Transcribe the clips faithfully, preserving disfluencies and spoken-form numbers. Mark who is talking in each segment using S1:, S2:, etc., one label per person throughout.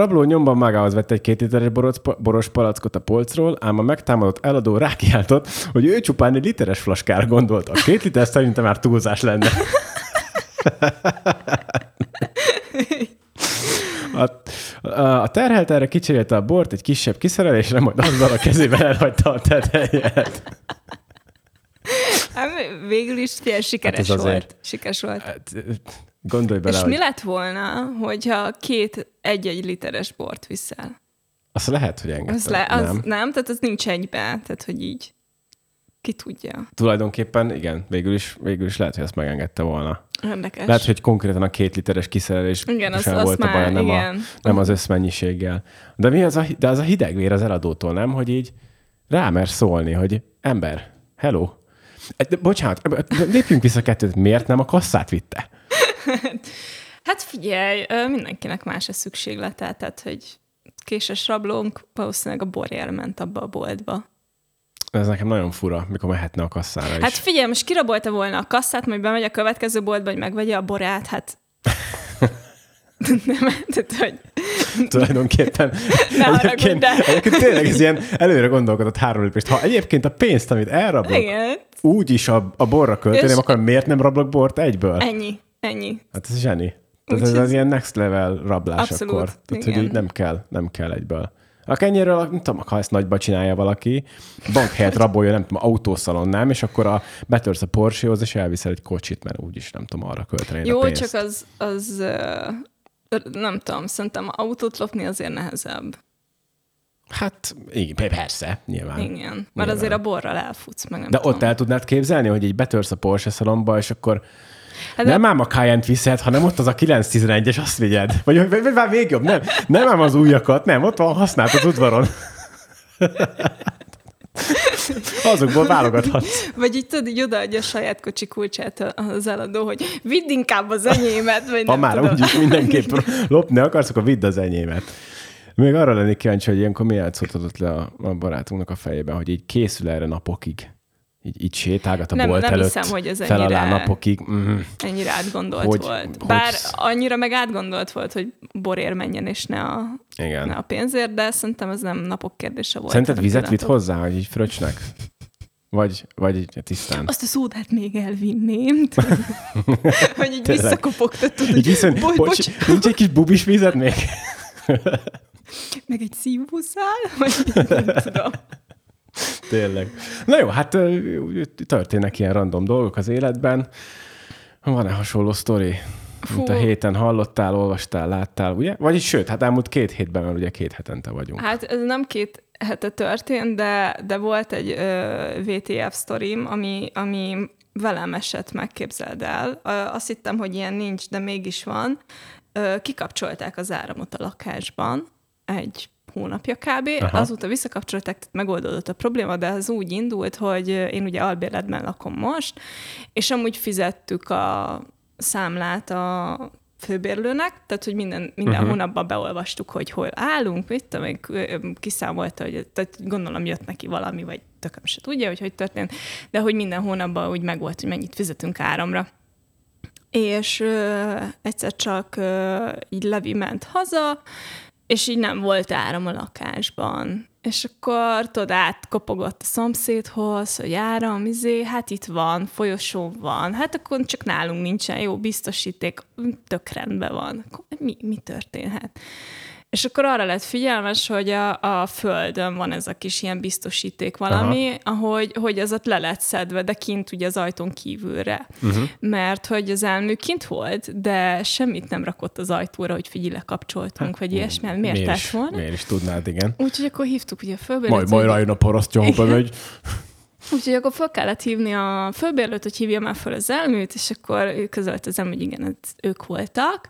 S1: rabló nyomban magához vette egy két literes boros, boros palackot a polcról, ám a megtámadott eladó rákiáltott, hogy ő csupán egy literes flaskára gondolt. A két liter szerintem már túlzás lenne. A, a, a terhelt erre kicserélte a bort egy kisebb kiszerelésre, majd azzal a kezében elhagyta a tetejét.
S2: Hát végül is fél sikeres hát volt. Sikeres volt.
S1: Hát, gondolj bele,
S2: és
S1: hogy...
S2: mi lett volna, hogyha két egy-egy literes bort viszel?
S1: Azt lehet, hogy engedtem. Az
S2: le, az nem. nem, tehát az nincs egybe, tehát hogy így ki tudja.
S1: Tulajdonképpen igen, végül is, végül is lehet, hogy ezt megengedte volna.
S2: Érdekes.
S1: Lehet, hogy konkrétan a két literes kiszerelés
S2: igen, az,
S1: volt
S2: az
S1: a baj, nem, a, nem az összmennyiséggel. De mi az a, de az a hidegvér az eladótól, nem? Hogy így rámer szólni, hogy ember, hello. De, bocsánat, lépjünk vissza kettőt, miért nem a kasszát vitte?
S2: Hát figyelj, mindenkinek más a szükséglete, tehát hogy késes rablónk valószínűleg a borjára ment abba a boltba.
S1: Ez nekem nagyon fura, mikor mehetne a kasszára is.
S2: Hát figyelj, most kirabolta volna a kasszát, majd bemegy a következő boltba, hogy megvegye a borát, hát... nem, tehát, hogy...
S1: Tulajdonképpen.
S2: Ne egyébként,
S1: de... egyébként tényleg ez ilyen előre gondolkodott három lépést. Ha egyébként a pénzt, amit elrablok,
S2: igen.
S1: úgyis a, a borra költeném, akkor miért nem rablok bort egyből?
S2: Ennyi, ennyi.
S1: Hát ez zseni. Tehát ez az ilyen next level rablás
S2: abszolút,
S1: akkor. Tehát,
S2: igen.
S1: hogy így nem kell, nem kell egyből. A kenyérről, nem tudom, ha ezt nagyba csinálja valaki, bank helyett rabolja, nem tudom, autószalon, nem, és akkor a, betörsz a Porsche-hoz, és elviszel egy kocsit, mert úgyis nem tudom arra költeni
S2: jó,
S1: a pénzt.
S2: csak az, az uh, nem tudom, szerintem autót lopni azért nehezebb.
S1: Hát igen, persze, nyilván.
S2: Igen, mert
S1: nyilván. Azért
S2: a borral elfutsz, meg nem
S1: De
S2: tudom.
S1: ott el tudnád képzelni, hogy így betörsz a Porsche szalomba, és akkor hát nem de... ám a Cayenne-t viszed, hanem ott az a kilenc tizenegyes, azt vigyed. Vagy, vagy, vagy, vagy még jobb, nem, nem ám az újakat, nem, ott van használt az udvaron. Azokból válogathatsz.
S2: Vagy így tudod, így odaadja a saját kocsi kulcsát az eladó, hogy vidd inkább az enyémet, vagy
S1: ha
S2: nem
S1: már
S2: tudom.
S1: úgyis mindenképp lopni akarsz, akkor vidd az enyémet. Még arra lennék kíváncsi, hogy ilyenkor mi játszódott le a, a barátunknak a fejében, hogy így készül erre napokig. Így, így sétálgat a
S2: nem,
S1: bolt
S2: nem
S1: előtt,
S2: hiszem, hogy ez
S1: feláll
S2: ennyire,
S1: napokig. Mm.
S2: ennyire átgondolt
S1: hogy,
S2: volt.
S1: hogy...
S2: Bár annyira meg átgondolt volt, hogy borért menjen, és ne a,
S1: Igen.
S2: ne a pénzért, de szerintem ez nem napok kérdése volt.
S1: Szerinted vizet vitt
S2: pillanatok.
S1: hozzá, hogy így fröccsnek? Vagy, vagy így tisztán?
S2: Azt a szódát még elvinném. Hogy így
S1: Tényleg.
S2: visszakopogtatod,
S1: Így
S2: hogy
S1: viszont,
S2: bocs,
S1: bocs,
S2: bocs.
S1: nincs egy kis bubis vizet még?
S2: Meg egy szívószál? Vagy nem tudom.
S1: Tényleg. Na jó, hát ö, történnek ilyen random dolgok az életben. Van-e hasonló sztori?
S2: Fú.
S1: Mint a héten hallottál, olvastál, láttál, ugye? Vagyis sőt, hát elmúlt két hétben, mert ugye két hetente vagyunk.
S2: Hát ez nem két hete történt, de, de volt egy ö, vé té ef sztorim, ami, ami velem esett, megképzeld el. Ö, azt hittem, hogy ilyen nincs, de mégis van. Ö, kikapcsolták az áramot a lakásban egy hónapja kb. Aha. Azóta visszakapcsolták, tehát megoldódott a probléma, de ez úgy indult, hogy én ugye albérletben lakom most, és amúgy fizettük a számlát a főbérlőnek, tehát hogy minden, minden uh-huh. hónapban beolvastuk, hogy hol állunk, mit tudom, még kiszámolta, hogy tehát gondolom jött neki valami, vagy tököm se tudja, hogy hogy történt, de hogy minden hónapban úgy megvolt, hogy mennyit fizetünk áramra. És ö, egyszer csak ö, így Levi ment haza, és így nem volt áram a lakásban. És akkor tudod, átkopogott a szomszédhoz, hogy áram, izé, hát itt van, folyosó van, hát akkor csak nálunk nincsen, jó, biztosíték, tök rendben van. Akkor mi, mi történhet? És akkor arra lett figyelmes, hogy a, a földön van ez a kis ilyen biztosíték valami, ahogy, hogy az ott le lett szedve, de kint ugye az ajtón kívülre. Uh-huh. Mert hogy az elmű kint volt, de semmit nem rakott az ajtóra, hogy figyelj, lekapcsoltunk, hát, vagy ilyesmi. Miért, miért tett volna?
S1: Miért is tudnád, igen.
S2: Úgyhogy akkor hívtuk ugye a főbérlőt.
S1: Majd, majd rájön a parasztja, ha bemegy.
S2: Úgyhogy akkor fel kellett hívni a főbérlőt, hogy hívja már fel az elműt, és akkor ő közölt az elmű, hogy igen, ők voltak.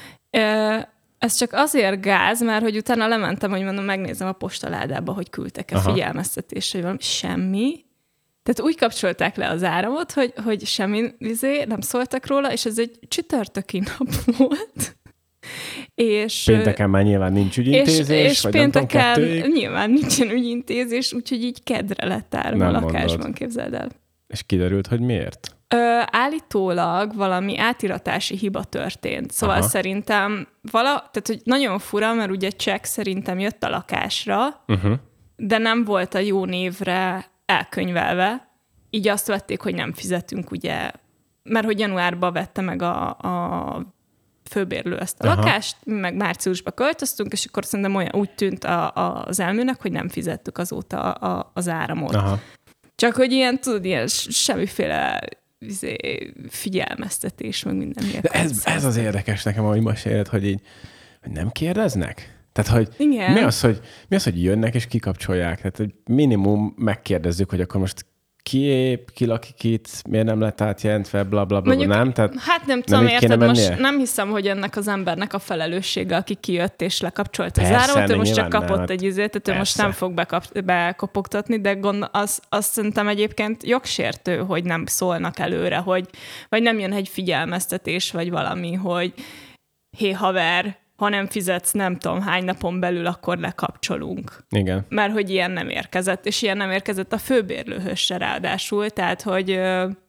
S2: Ez csak azért gáz, mert hogy utána lementem, hogy mondom, megnézem a postaládába, hogy küldtek-e Aha. figyelmeztetést, hogy valami semmi. Tehát úgy kapcsolták le az áramot, hogy, hogy semmi vizé, nem szóltak róla, és ez egy csütörtöki nap volt. És,
S1: pénteken már nyilván nincs ügyintézés,
S2: és, és
S1: vagy
S2: pénteken
S1: nem tudom, kettőig.
S2: nyilván nincsen ügyintézés, úgyhogy így kedre lett áram a lakásban, mondod. Képzeld el.
S1: És kiderült, hogy miért?
S2: Ö, állítólag valami átiratási hiba történt. Szóval Aha. szerintem vala, tehát, hogy nagyon fura, mert ugye csekk szerintem jött a lakásra, uh-huh. de nem volt a jó névre elkönyvelve. Így azt vették, hogy nem fizetünk, ugye, mert hogy januárban vette meg a, a főbérlő ezt a Aha. lakást, meg márciusba költöztünk, és akkor szerintem olyan úgy tűnt a, a, az elműnek, hogy nem fizettük azóta a, a, az áramot. Aha. Csak hogy ilyen, tudod, ilyen semmiféle figyelmeztetés, meg minden.
S1: De ez, ez az érdekes nekem, ahogy meséled, hogy így hogy nem kérdeznek? Tehát, hogy mi az, hogy mi az, hogy jönnek és kikapcsolják? Tehát, hogy minimum megkérdezzük, hogy akkor most kiép, ki lakik itt, miért nem lett átjelentve, bla, bla, bla,
S2: Mondjuk,
S1: nem? Tehát
S2: hát nem tudom, érted, most nem hiszem, hogy ennek az embernek a felelőssége, aki kijött és lekapcsolta az áramot, ő most csak kapott nem, egy izét, tehát ő most nem fog bekap, bekopogtatni, de gond, az, azt szerintem egyébként jogsértő, hogy nem szólnak előre, hogy, vagy nem jön egy figyelmeztetés, vagy valami, hogy hé haver, ha nem fizetsz nem tudom hány napon belül, akkor lekapcsolunk.
S1: Igen.
S2: Mert hogy ilyen nem érkezett, és ilyen nem érkezett a főbérlőhöz se ráadásul, tehát hogy ö, oké.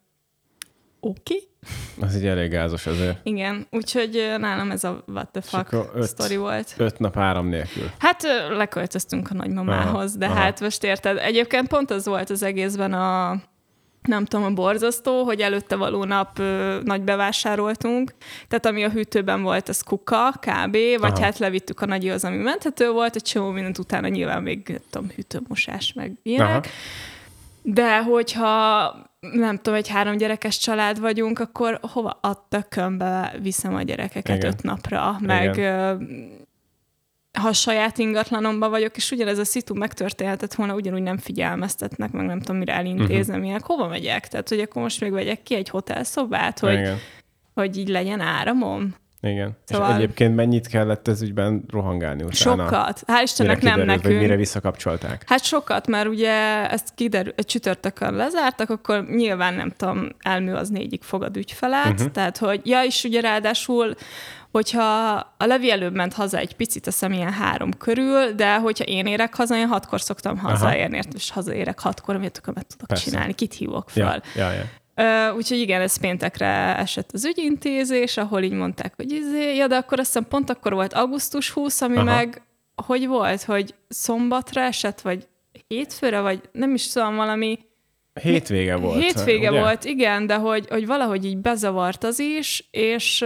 S2: Okay.
S1: Az egy elég gázos azért.
S2: Igen, úgyhogy nálam ez a what the fuck öt, sztori volt.
S1: Öt nap áram nélkül.
S2: Hát leköltöztünk a nagymamához, aha, de aha. hát most érted, egyébként pont az volt az egészben a nem tudom, a borzasztó, hogy előtte való nap ö, nagy bevásároltunk, tehát ami a hűtőben volt, az kuka, kb, vagy Aha. hát levittük a nagyihoz, ami menthető volt, egy csomó mindent utána nyilván még, nem tudom, hűtőmosás, meg ilyenek. Aha. De hogyha nem tudom, egy három gyerekes család vagyunk, akkor hova a tökönbe viszem a gyerekeket Igen. öt napra, meg Igen. ha saját ingatlanomban vagyok, és ugyanez a szitu megtörténhetett volna, ugyanúgy nem figyelmeztetnek, meg nem tudom, mire elintéznem, uh-huh. hova megyek? Tehát, hogy akkor most még vegyek ki egy hotelszobát, hogy, hogy így legyen áramom.
S1: Igen. Szóval... És egyébként mennyit kellett ez ügyben rohangálni utána?
S2: Sokat. Hál' Istennek nem nekünk.
S1: Vagy mire visszakapcsolták?
S2: Hát sokat, mert ugye ezt kiderül, csütörtökön lezártak, akkor nyilván nem tudom, elmű az négyig fogad ügyfelet, uh-huh. tehát hogy, ja, és ugye ráadásul, hogyha a Levi előbb ment haza egy picit, azt hiszem ilyen három körül, de hogyha én érek haza, én hatkor szoktam hazaérni, és hazaérek hatkor, amit tökömet tudok Persze. csinálni, kit hívok fel.
S1: Ja, ja, ja.
S2: Uh, úgyhogy igen, ez péntekre esett az ügyintézés, ahol így mondták, hogy izé, ja, de akkor azt hiszem pont akkor volt augusztus huszadika, ami Aha. meg hogy volt, hogy szombatra esett, vagy hétfőre, vagy nem is tudom, valami...
S1: Hétvége volt.
S2: Hétvége ugye? Volt, igen, de hogy, hogy valahogy így bezavart az is, és,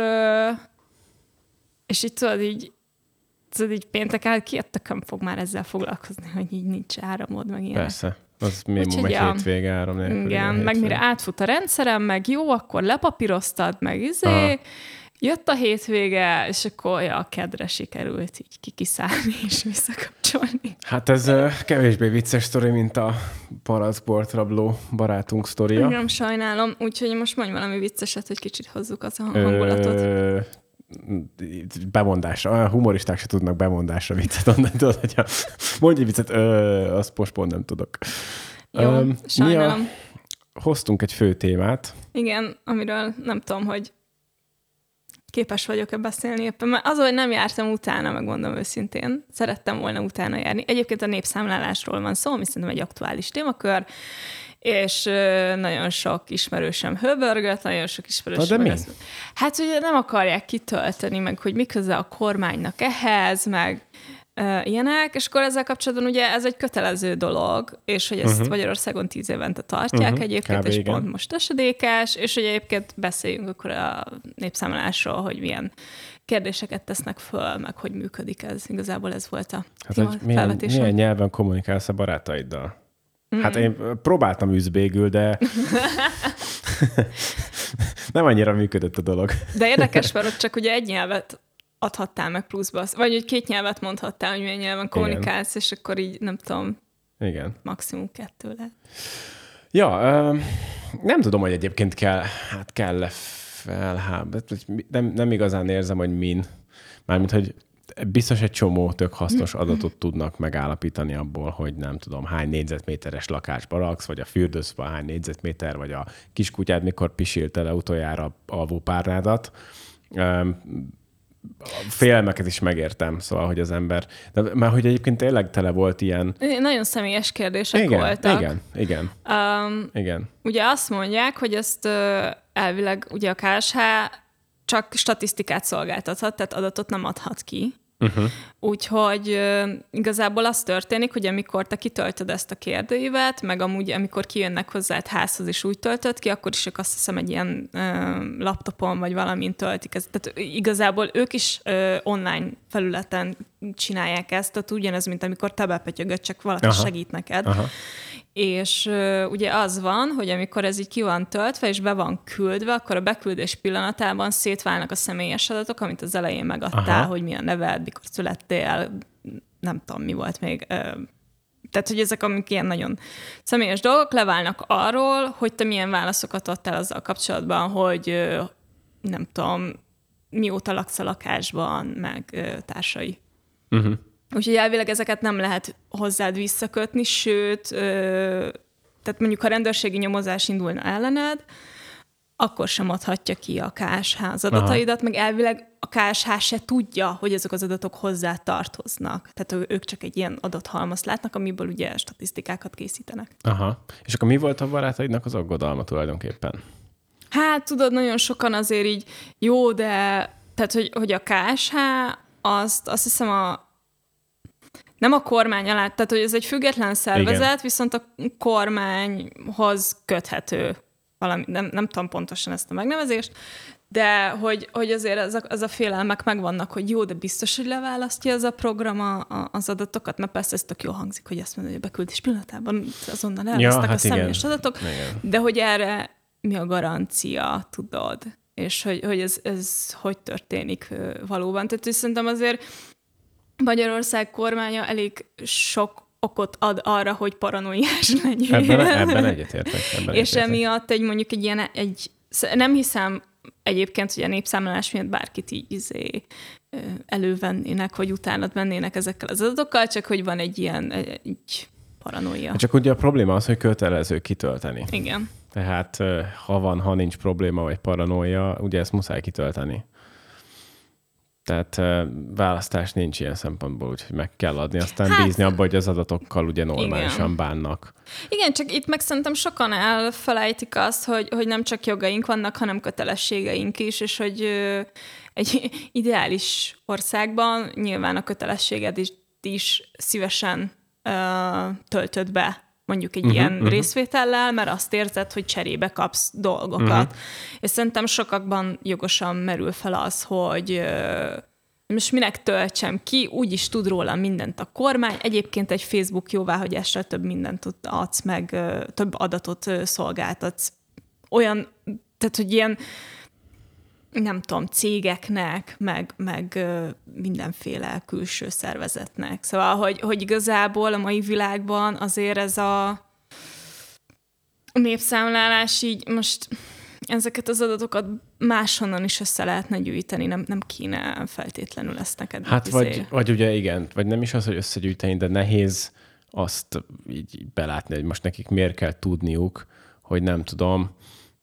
S2: és így tudod, így, tudod, így péntek el, ki a tököm fog már ezzel foglalkozni, hogy így nincs áramod, meg ilyen.
S1: Persze. Az minimum egy hétvége áram nélkül.
S2: Igen, meg mire átfut a rendszerem, meg jó, akkor lepapíroztad, meg izé, Aha. jött a hétvége, és akkor ja, a kedre sikerült így kikiszállni és visszakapcsolni.
S1: Hát ez kevésbé vicces sztori, mint a palackbortrabló barátunk sztoria.
S2: Nem sajnálom, úgyhogy most mondj valami vicceset, hogy kicsit hozzuk az a hangulatot. Ö...
S1: bemondásra. A humoristák se tudnak bemondásra viccet adni. Tudod, hogyha mondj egy viccet, ö, azt most pont nem tudok.
S2: Jó, um, sajnálom.
S1: Mi a, hoztunk egy fő témát.
S2: Igen, amiről nem tudom, hogy képes vagyok-e beszélni éppen, mert az, hogy nem jártam utána, megmondom őszintén. Szerettem volna utána járni. Egyébként a népszámlálásról van szó, ami szerintem egy aktuális témakör, és nagyon sok ismerősöm höbörgött, nagyon sok ismerősöm...
S1: De mi?
S2: Hát, hogy nem akarják kitölteni, meg hogy mi köze a kormánynak ehhez, meg uh, ilyenek, és akkor ezzel kapcsolatban ugye ez egy kötelező dolog, és hogy ezt uh-huh. Magyarországon tíz évente tartják uh-huh. egyébként, Kb. És igen. pont most esedékes, és hogy egyébként beszéljünk akkor a népszámlálásról, hogy milyen kérdéseket tesznek föl, meg hogy működik ez. Igazából ez volt a
S1: hát, hogy milyen, milyen nyelven kommunikálsz a barátaiddal? Hát én próbáltam üzbégül, de nem annyira működött a dolog.
S2: De érdekes, mert ott csak ugye egy nyelvet adhattál meg pluszba, vagy hogy két nyelvet mondhattál, hogy milyen nyelven kommunikálsz, és akkor így nem tudom,
S1: Igen.
S2: maximum kettő lehet.
S1: Ja, nem tudom, hogy egyébként kell, hát kell-e felháborítani. Nem, nem igazán érzem, hogy min. Mármint, hogy biztos egy csomó tök hasznos adatot tudnak megállapítani abból, hogy nem tudom, hány négyzetméteres lakásba laksz, vagy a fürdőszoba hány négyzetméter, vagy a kiskutyád mikor pisilte le utoljára alvópárnádat. A félelmeket is megértem, szóval, hogy az ember... De, mert hogy egyébként tényleg tele volt ilyen...
S2: Nagyon személyes kérdések
S1: igen,
S2: voltak.
S1: Igen, igen,
S2: um,
S1: igen.
S2: Ugye azt mondják, hogy ezt uh, elvileg ugye a ká es há csak statisztikát szolgáltathat, tehát adatot nem adhat ki. Uh-huh. Úgyhogy uh, igazából az történik, hogy amikor te kitöltöd ezt a kérdőívet, meg amúgy amikor kijönnek hozzád házhoz és úgy töltöd ki, akkor is ők azt hiszem egy ilyen uh, laptopon vagy valamin töltik ezt. Tehát igazából ők is uh, online felületen csinálják ezt, tehát ugyanez, mint amikor te bepötyögöd, csak valaki Aha. segít neked. Aha. És uh, ugye az van, hogy amikor ez így ki van töltve, és be van küldve, akkor a beküldés pillanatában szétválnak a személyes adatok, amit az elején megadtál, Aha. hogy mi a neved, mikor születtél, nem tudom, mi volt még. Uh, tehát, hogy ezek amik ilyen nagyon személyes dolgok leválnak arról, hogy te milyen válaszokat adtál azzal kapcsolatban, hogy uh, nem tudom, mióta laksz a lakásban, meg uh, társai. Uh-huh. Úgyhogy elvileg ezeket nem lehet hozzád visszakötni, sőt, ö, tehát mondjuk ha rendőrségi nyomozás indulna ellened, akkor sem adhatja ki a ká es há az adataidat, Aha. meg elvileg a ká es há se tudja, hogy ezek az adatok hozzá tartoznak. Tehát ők csak egy ilyen adathalmazt látnak, amiből ugye statisztikákat készítenek.
S1: Aha. És akkor mi volt a barátaidnak az aggodalma tulajdonképpen?
S2: Hát tudod, nagyon sokan azért így jó, de tehát, hogy, hogy a ká es há azt, azt hiszem a nem a kormány alá, tehát hogy ez egy független szervezet, Igen. viszont a kormányhoz köthető valami, nem, nem tudom pontosan ezt a megnevezést, De hogy, hogy azért az a, az a félelmek megvannak, hogy jó, de biztos, hogy leválasztja az a program a, a, az adatokat, mert persze ez tök jól hangzik, hogy azt mondja, hogy a beküldés pillanatában azonnal elvesznek ja, hát a személyes adatok, igen. De hogy erre mi a garancia, tudod? És hogy, hogy ez, ez hogy történik valóban. Tehát szerintem azért Magyarország kormánya elég sok okot ad arra, hogy paranoiás legyél.
S1: Ebben, ebben egyetértek. Ebben
S2: És
S1: egyetértek.
S2: emiatt egy mondjuk egy ilyen, egy, nem hiszem egyébként, hogy a népszámlálás miatt bárkit így izé, elővennének, vagy utánat vennének ezekkel az adatokkal, csak hogy van egy ilyen egy paranoia.
S1: Csak ugye a probléma az, hogy kötelező kitölteni.
S2: Igen.
S1: Tehát ha van, ha nincs probléma, vagy paranoia, ugye ezt muszáj kitölteni. Tehát választás nincs ilyen szempontból, úgyhogy meg kell adni, aztán hát, bízni abba, hogy az adatokkal ugye normálisan igen. bánnak.
S2: Igen, csak itt meg szerintem sokan elfelejtik azt, hogy, hogy nem csak jogaink vannak, hanem kötelességeink is, és hogy ö, egy ideális országban nyilván a kötelességed is, is szívesen ö, töltöd be, mondjuk egy uh-huh, ilyen uh-huh. részvétellel, mert azt érzed, hogy cserébe kapsz dolgokat. Uh-huh. És szerintem sokakban jogosan merül fel az, hogy uh, most minek töltsem ki, úgyis tud róla mindent a kormány. Egyébként egy Facebook jóváhagyással több mindent adsz meg, uh, több adatot uh, szolgáltatsz. Olyan, tehát, hogy ilyen nem tudom, cégeknek, meg, meg uh, mindenféle külső szervezetnek. Szóval, hogy, hogy igazából a mai világban azért ez a népszámlálás így most ezeket az adatokat máshonnan is össze lehetne gyűjteni, nem, nem kéne feltétlenül ezt neked.
S1: Hát vagy, vagy ugye igen, vagy nem is az, hogy összegyűjteni, de nehéz azt így belátni, hogy most nekik miért kell tudniuk, hogy nem tudom,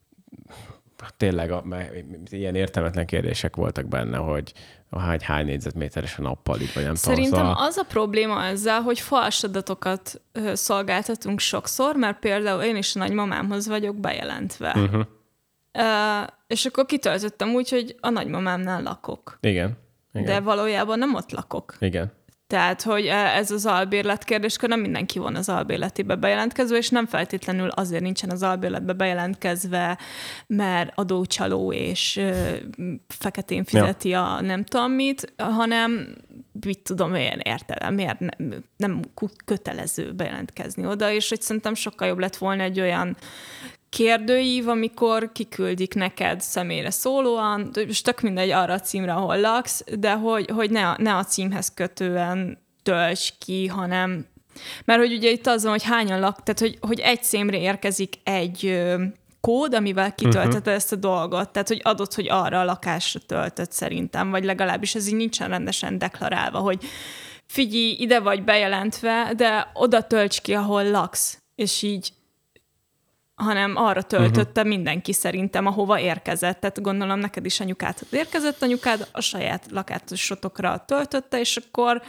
S1: tényleg a, ilyen értelmetlen kérdések voltak benne, hogy hány, hány négyzetméteres a nappali, vagy nem
S2: Szerintem
S1: tudom. Szóval...
S2: az a probléma ezzel, hogy fals adatokat szolgáltatunk sokszor, mert például én is a nagymamámhoz vagyok bejelentve. Uh-huh. Uh, és akkor kitöltöttem úgy, hogy a nagymamámnál lakok.
S1: Igen. Igen.
S2: De valójában nem ott lakok.
S1: Igen.
S2: Tehát, hogy ez az albérlet kérdéskör, nem mindenki van az albérletibe bejelentkezve, és nem feltétlenül azért nincsen az albérletbe bejelentkezve, mert adócsaló és ö, feketén fizeti ja. a nem tudom mit, hanem mit tudom én, érted, miért nem, nem kötelező bejelentkezni oda, és hogy szerintem sokkal jobb lett volna egy olyan kérdőív, amikor kiküldik neked személyre szólóan, és tök mindegy arra a címre, ahol laksz, de hogy, hogy ne, a, ne a címhez kötően tölts ki, hanem... Mert hogy ugye itt az van, hogy hányan lak, tehát hogy, hogy egy címre érkezik egy ö, kód, amivel kitölteted uh-huh. ezt a dolgot, tehát hogy adott, hogy arra a lakásra töltött szerintem, vagy legalábbis ez így nincsen rendesen deklarálva, hogy figyelj, ide vagy bejelentve, de oda tölts ki, ahol laksz, és így hanem arra töltötte uh-huh. mindenki szerintem, ahova érkezett. Tehát gondolom neked is anyukát érkezett, anyukád a saját lakásotokra töltötte, és akkor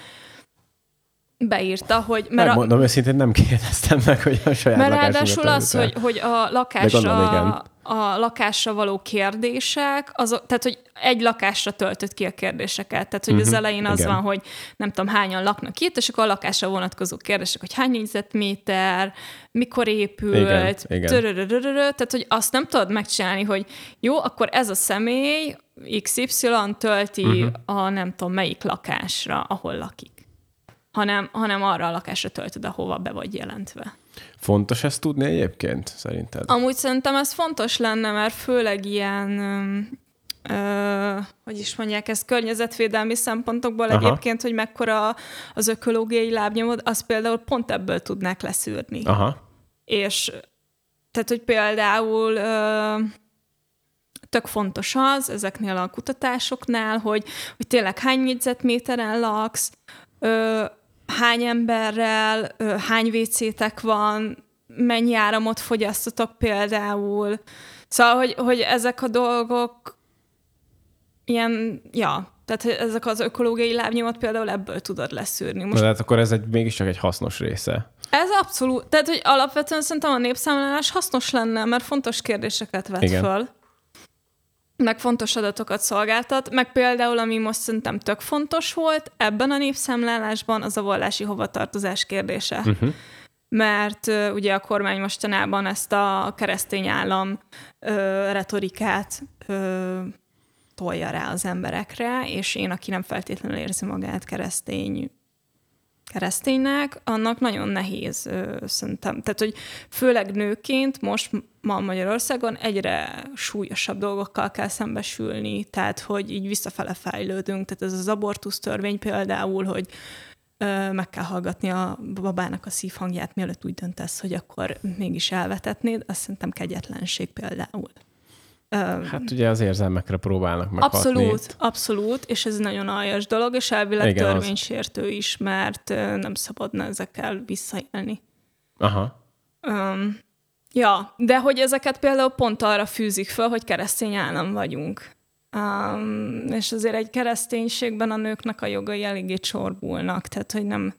S2: beírta, hogy... Mert
S1: Megmondom a, őszintén, nem kérdeztem meg, hogy a saját
S2: mert ráadásul az, hogy, hogy a lakásra,
S1: gondolom,
S2: a lakásra való kérdések, azok, tehát, hogy egy lakásra töltött ki a kérdéseket. Tehát, hogy uh-huh. az elején az igen. van, hogy nem tudom, hányan laknak itt, és akkor a lakásra vonatkozó kérdések, hogy hány négyzetméter, mikor épült, tehát, hogy azt nem tudod megcsinálni, hogy jó, akkor ez a személy iksz ipszilon tölti uh-huh. a nem tudom melyik lakásra, ahol lakik. Hanem, hanem arra a lakásra töltöd, ahova be vagy jelentve.
S1: Fontos ezt tudni egyébként, szerinted?
S2: Amúgy szerintem ez fontos lenne, mert főleg ilyen, ö, ö, hogy is mondják, ez környezetvédelmi szempontokból aha. egyébként, hogy mekkora az ökológiai lábnyomod, az például pont ebből tudnák leszűrni.
S1: Aha.
S2: És tehát, hogy például ö, tök fontos az ezeknél a kutatásoknál, hogy, hogy tényleg hány négyzetméteren laksz, ö, hány emberrel, hány vécétek van, mennyi áramot fogyasztotok például. Szóval, hogy, hogy ezek a dolgok ilyen, ja, tehát ezek az ökológiai lábnyomot például ebből tudod leszűrni. Most...
S1: De hát akkor ez egy, mégiscsak egy hasznos része.
S2: Ez abszolút, tehát hogy alapvetően szerintem a népszámlálás hasznos lenne, mert fontos kérdéseket vet igen. föl. Meg fontos adatokat szolgáltat, meg például, ami most szerintem tök fontos volt ebben a népszámlálásban, az a vallási hovatartozás kérdése. Uh-huh. Mert uh, ugye a kormány mostanában ezt a keresztény állam uh, retorikát uh, tolja rá az emberekre, és én, aki nem feltétlenül érzi magát keresztény kereszténynek, annak nagyon nehéz szerintem. Tehát, hogy főleg nőként most ma Magyarországon egyre súlyosabb dolgokkal kell szembesülni, tehát, hogy így visszafele fejlődünk. Tehát ez az abortusz törvény például, hogy meg kell hallgatni a babának a szívhangját, mielőtt úgy döntesz, hogy akkor mégis elvetetnéd, azt szerintem kegyetlenség például.
S1: Hát ugye az érzelmekre próbálnak meghatni.
S2: Abszolút, abszolút, és ez nagyon aljas dolog, és elvileg igen, törvénysértő az... is, mert nem szabadna ezekkel visszaélni.
S1: Aha.
S2: Um, ja, de hogy ezeket például pont arra fűzik föl, hogy keresztény állam vagyunk. Um, és azért egy kereszténységben a nőknek a jogai eléggé csorbulnak, tehát hogy nem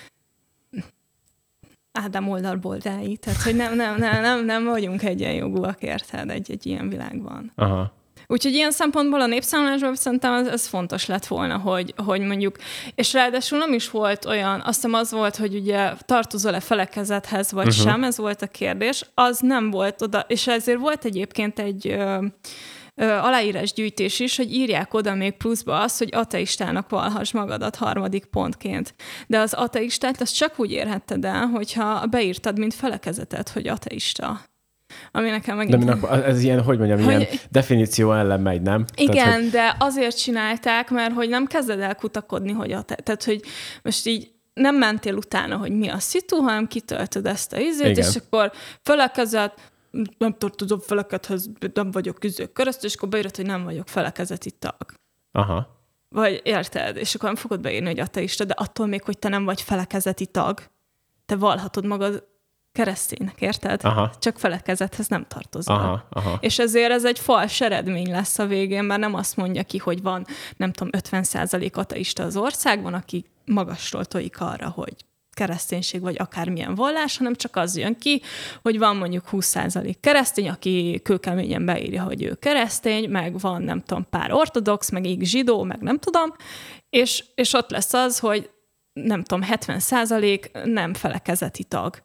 S2: Ádám oldalboldái, tehát hogy nem, nem, nem, nem, nem vagyunk egyenjogúak, érted, egy, egy ilyen világban.
S1: Aha.
S2: Úgyhogy ilyen szempontból a népszámlálásban szerintem ez, ez fontos lett volna, hogy, hogy mondjuk, és ráadásul nem is volt olyan, azt hiszem az volt, hogy ugye tartozol-e felekezethez, vagy uh-huh. sem, ez volt a kérdés, az nem volt oda, és ezért volt egyébként egy ö, ö, aláírásgyűjtés is, hogy írják oda még pluszba azt, hogy ateistának valhass magadat harmadik pontként. De az ateistát azt csak úgy érhetted el, hogyha beírtad, mint felekezetet, hogy ateista. Ami nekem megint...
S1: De minek, ez ilyen, hogy mondjam, hogy... ilyen definíció ellen megy, nem?
S2: Igen,
S1: tehát, hogy...
S2: de azért csinálták, mert hogy nem kezded el kutakodni, hogy a te... Tehát, hogy most így nem mentél utána, hogy mi a szitu, hanem kitöltöd ezt a izét, és akkor felekezet, nem tartozom felekedhez, nem vagyok küzdők keresztül, és akkor beírod, hogy nem vagyok felekezeti tag.
S1: Aha.
S2: Vagy érted? És akkor nem fogod beírni, hogy ateista, de attól még, hogy te nem vagy felekezeti tag, te vallhatod magad kereszténynek, érted?
S1: Aha.
S2: Csak felekezethez nem tartozol.
S1: Aha, aha.
S2: És ezért ez egy fals eredmény lesz a végén, mert nem azt mondja ki, hogy van, nem tudom, ötven százalék ateista az országban, aki magasról tojik arra, hogy kereszténység vagy akármilyen vallás, hanem csak az jön ki, hogy van mondjuk húsz százalék keresztény, aki kőkeményen beírja, hogy ő keresztény, meg van, nem tudom, pár ortodox, meg így zsidó, meg nem tudom, és, és ott lesz az, hogy nem tudom, hetven százalék nem felekezeti tag.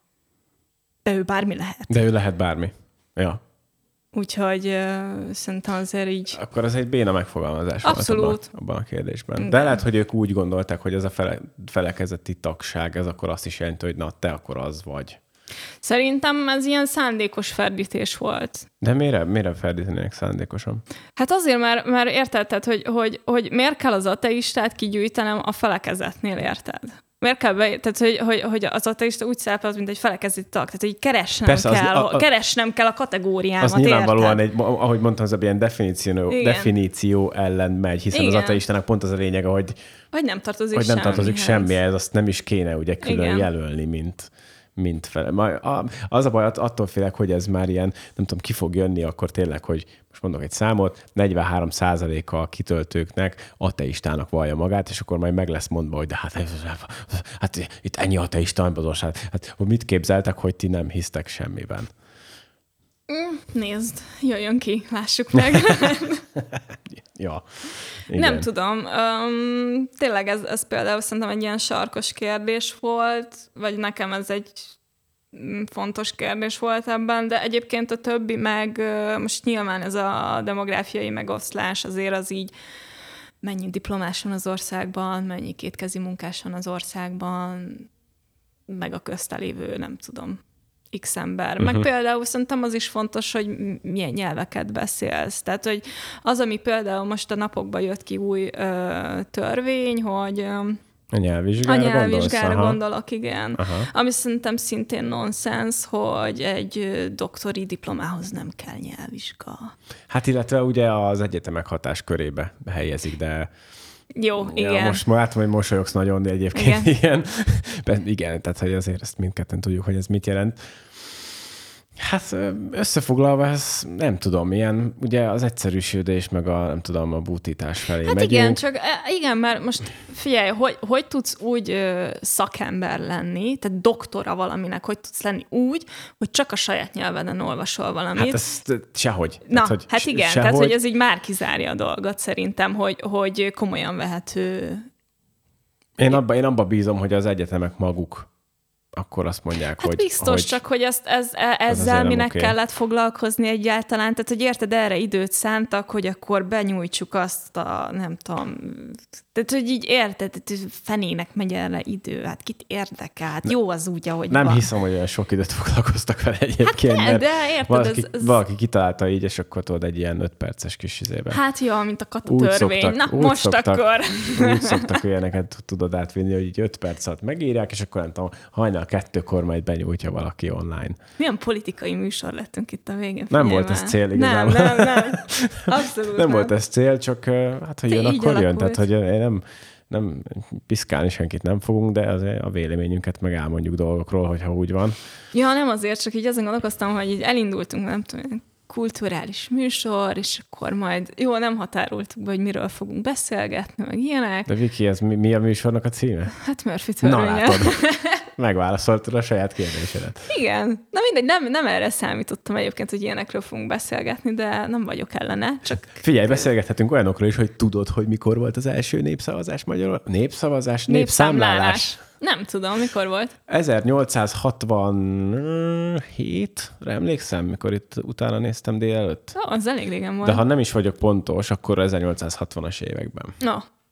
S2: De ő bármi lehet.
S1: De ő lehet bármi. Ja.
S2: Úgyhogy uh, szerintem azért így...
S1: Akkor ez egy béna megfogalmazás
S2: abszolút.
S1: Volt abban, abban a kérdésben. De, De lehet, hogy ők úgy gondolták, hogy ez a fele, felekezeti tagság, ez akkor azt is jelenti, hogy na, te akkor az vagy.
S2: Szerintem ez ilyen szándékos ferdítés volt.
S1: De miért, miért ferdítenének szándékosan?
S2: Hát azért, mert, mert érted, tehát, hogy, hogy, hogy miért kell az ateistát kigyűjtenem a felekezetnél, érted? Miért kell be, tehát, hogy, hogy, hogy az ateista úgy szerepel, mint egy felekezeti tag, tehát, hogy keresnem, Persze, kell, az, a, a, keresnem kell a kategóriámat,
S1: az nyilvánvalóan egy, ahogy mondtam, az ilyen definíció, definíció ellen megy, hiszen Igen. az ateistának pont az a lényege, hogy,
S2: hogy nem tartozik,
S1: hogy nem tartozik semmihez, azt nem is kéne ugye külön Igen. jelölni, mint... mint fele. Az a baj, attól félek, hogy ez már ilyen, nem tudom, ki fog jönni, akkor tényleg, hogy most mondok egy számot, negyvenhárom százaléka a kitöltőknek ateistának vallja magát, és akkor majd meg lesz mondva, hogy de hát, hát itt ennyi ateista az ország. Hát hogy mit képzeltek, hogy ti nem hisztek semmiben?
S2: Nézd, jöjjön ki, lássuk meg.
S1: ja. Igen.
S2: Nem tudom. Um, tényleg ez, ez például szerintem egy ilyen sarkos kérdés volt, vagy nekem ez egy fontos kérdés volt ebben, de egyébként a többi meg, most nyilván ez a demográfiai megoszlás azért az így mennyi diplomás van az országban, mennyi kétkezi munkás van az országban, meg a köztelévő, nem tudom, x ember. Meg uh-huh. például szerintem az is fontos, hogy milyen nyelveket beszélsz. Tehát, hogy az, ami például most a napokban jött ki új ö, törvény, hogy... Ö,
S1: a nyelvvizsgára,
S2: a nyelvvizsgára gondolok, igen.
S1: Aha.
S2: Ami szerintem szintén nonsens, hogy egy doktori diplomához nem kell nyelvvizsga.
S1: Hát illetve ugye az egyetemek hatáskörébe helyezik, de...
S2: Jó,
S1: ja,
S2: igen.
S1: Most már látom, hogy mosolyogsz nagyon, de egyébként igen. igen. igen, tehát hogy azért ezt mindketten tudjuk, hogy ez mit jelent. Hát összefoglalva, ez nem tudom, ilyen ugye az egyszerűsödés, meg a nem tudom, a bútítás felé
S2: hát
S1: megyünk.
S2: igen, csak igen, mert most figyelj, hogy, hogy tudsz úgy ö, szakember lenni, tehát doktora valaminek, hogy tudsz lenni úgy, hogy csak a saját nyelveden olvasol valamit. Hát
S1: ez sehogy.
S2: Na, tehát, hogy hát igen, sehogy. Tehát hogy ez így már kizárja a dolgot szerintem, hogy, hogy komolyan vehető.
S1: Én abba, én abba bízom, hogy az egyetemek maguk akkor azt mondják,
S2: hát
S1: hogy...
S2: biztos,
S1: hogy
S2: csak hogy ezt, ez, ezzel minek okay. kellett foglalkozni egyáltalán. Tehát, hogy érted, erre időt szántak, hogy akkor benyújtsuk azt a, nem tudom... Tehát, hogy így érted, fenének megy erre idő. Hát kit érdekel? Hát jó az úgy, ahogy
S1: Nem
S2: van.
S1: hiszem, hogy olyan sok időt foglalkoztak vele egyébként.
S2: Hát ne, de érted,
S1: valaki,
S2: ez, ez...
S1: valaki kitalálta így, és akkor tudod egy ilyen öt perces kis izében.
S2: Hát jó, mint a kata törvény. Szoktak, Na, most
S1: szoktak,
S2: akkor...
S1: Úgy szoktak ilyeneket tudod átvinni, hogy így öt perc alatt megírják, és akkor nem tudom, hajnal kettőkor majd benyújtja valaki online.
S2: Milyen politikai műsor lettünk itt a végén?
S1: Nem volt ez cél igazából.
S2: Nem, nem, nem. Abszolút nem.
S1: Nem volt ez cél, csak hát, hogy jön, akkor alakult. Jön. Tehát, hogy nem, nem piszkálni senkit nem fogunk, de azért a véleményünket meg elmondjuk dolgokról, hogyha úgy van.
S2: Ja, nem azért, csak így azon gondolkoztam, hogy így elindultunk, nem tudom, kulturális műsor, és akkor majd, jó, nem határoltuk be, hogy miről fogunk beszélgetni, meg ilyenek.
S1: De Viki, ez mi, mi a műsornak a címe?
S2: Hát Murphy törvénye.
S1: Na látod, megválaszoltad a saját kérdésedet.
S2: Igen. Na mindegy, nem, nem erre számítottam egyébként, hogy ilyenekről fogunk beszélgetni, de nem vagyok ellene. Csak...
S1: Figyelj, beszélgethetünk olyanokról is, hogy tudod, hogy mikor volt az első népszavazás Magyarországon? Népszavazás? Népszámlálás?
S2: Nem tudom, mikor volt?
S1: ezernyolcszázhatvanhétre emlékszem, mikor itt utána néztem délelőtt.
S2: Oh, az elég régen volt.
S1: De ha nem is vagyok pontos, akkor ezernyolcszázhatvanas években.
S2: No.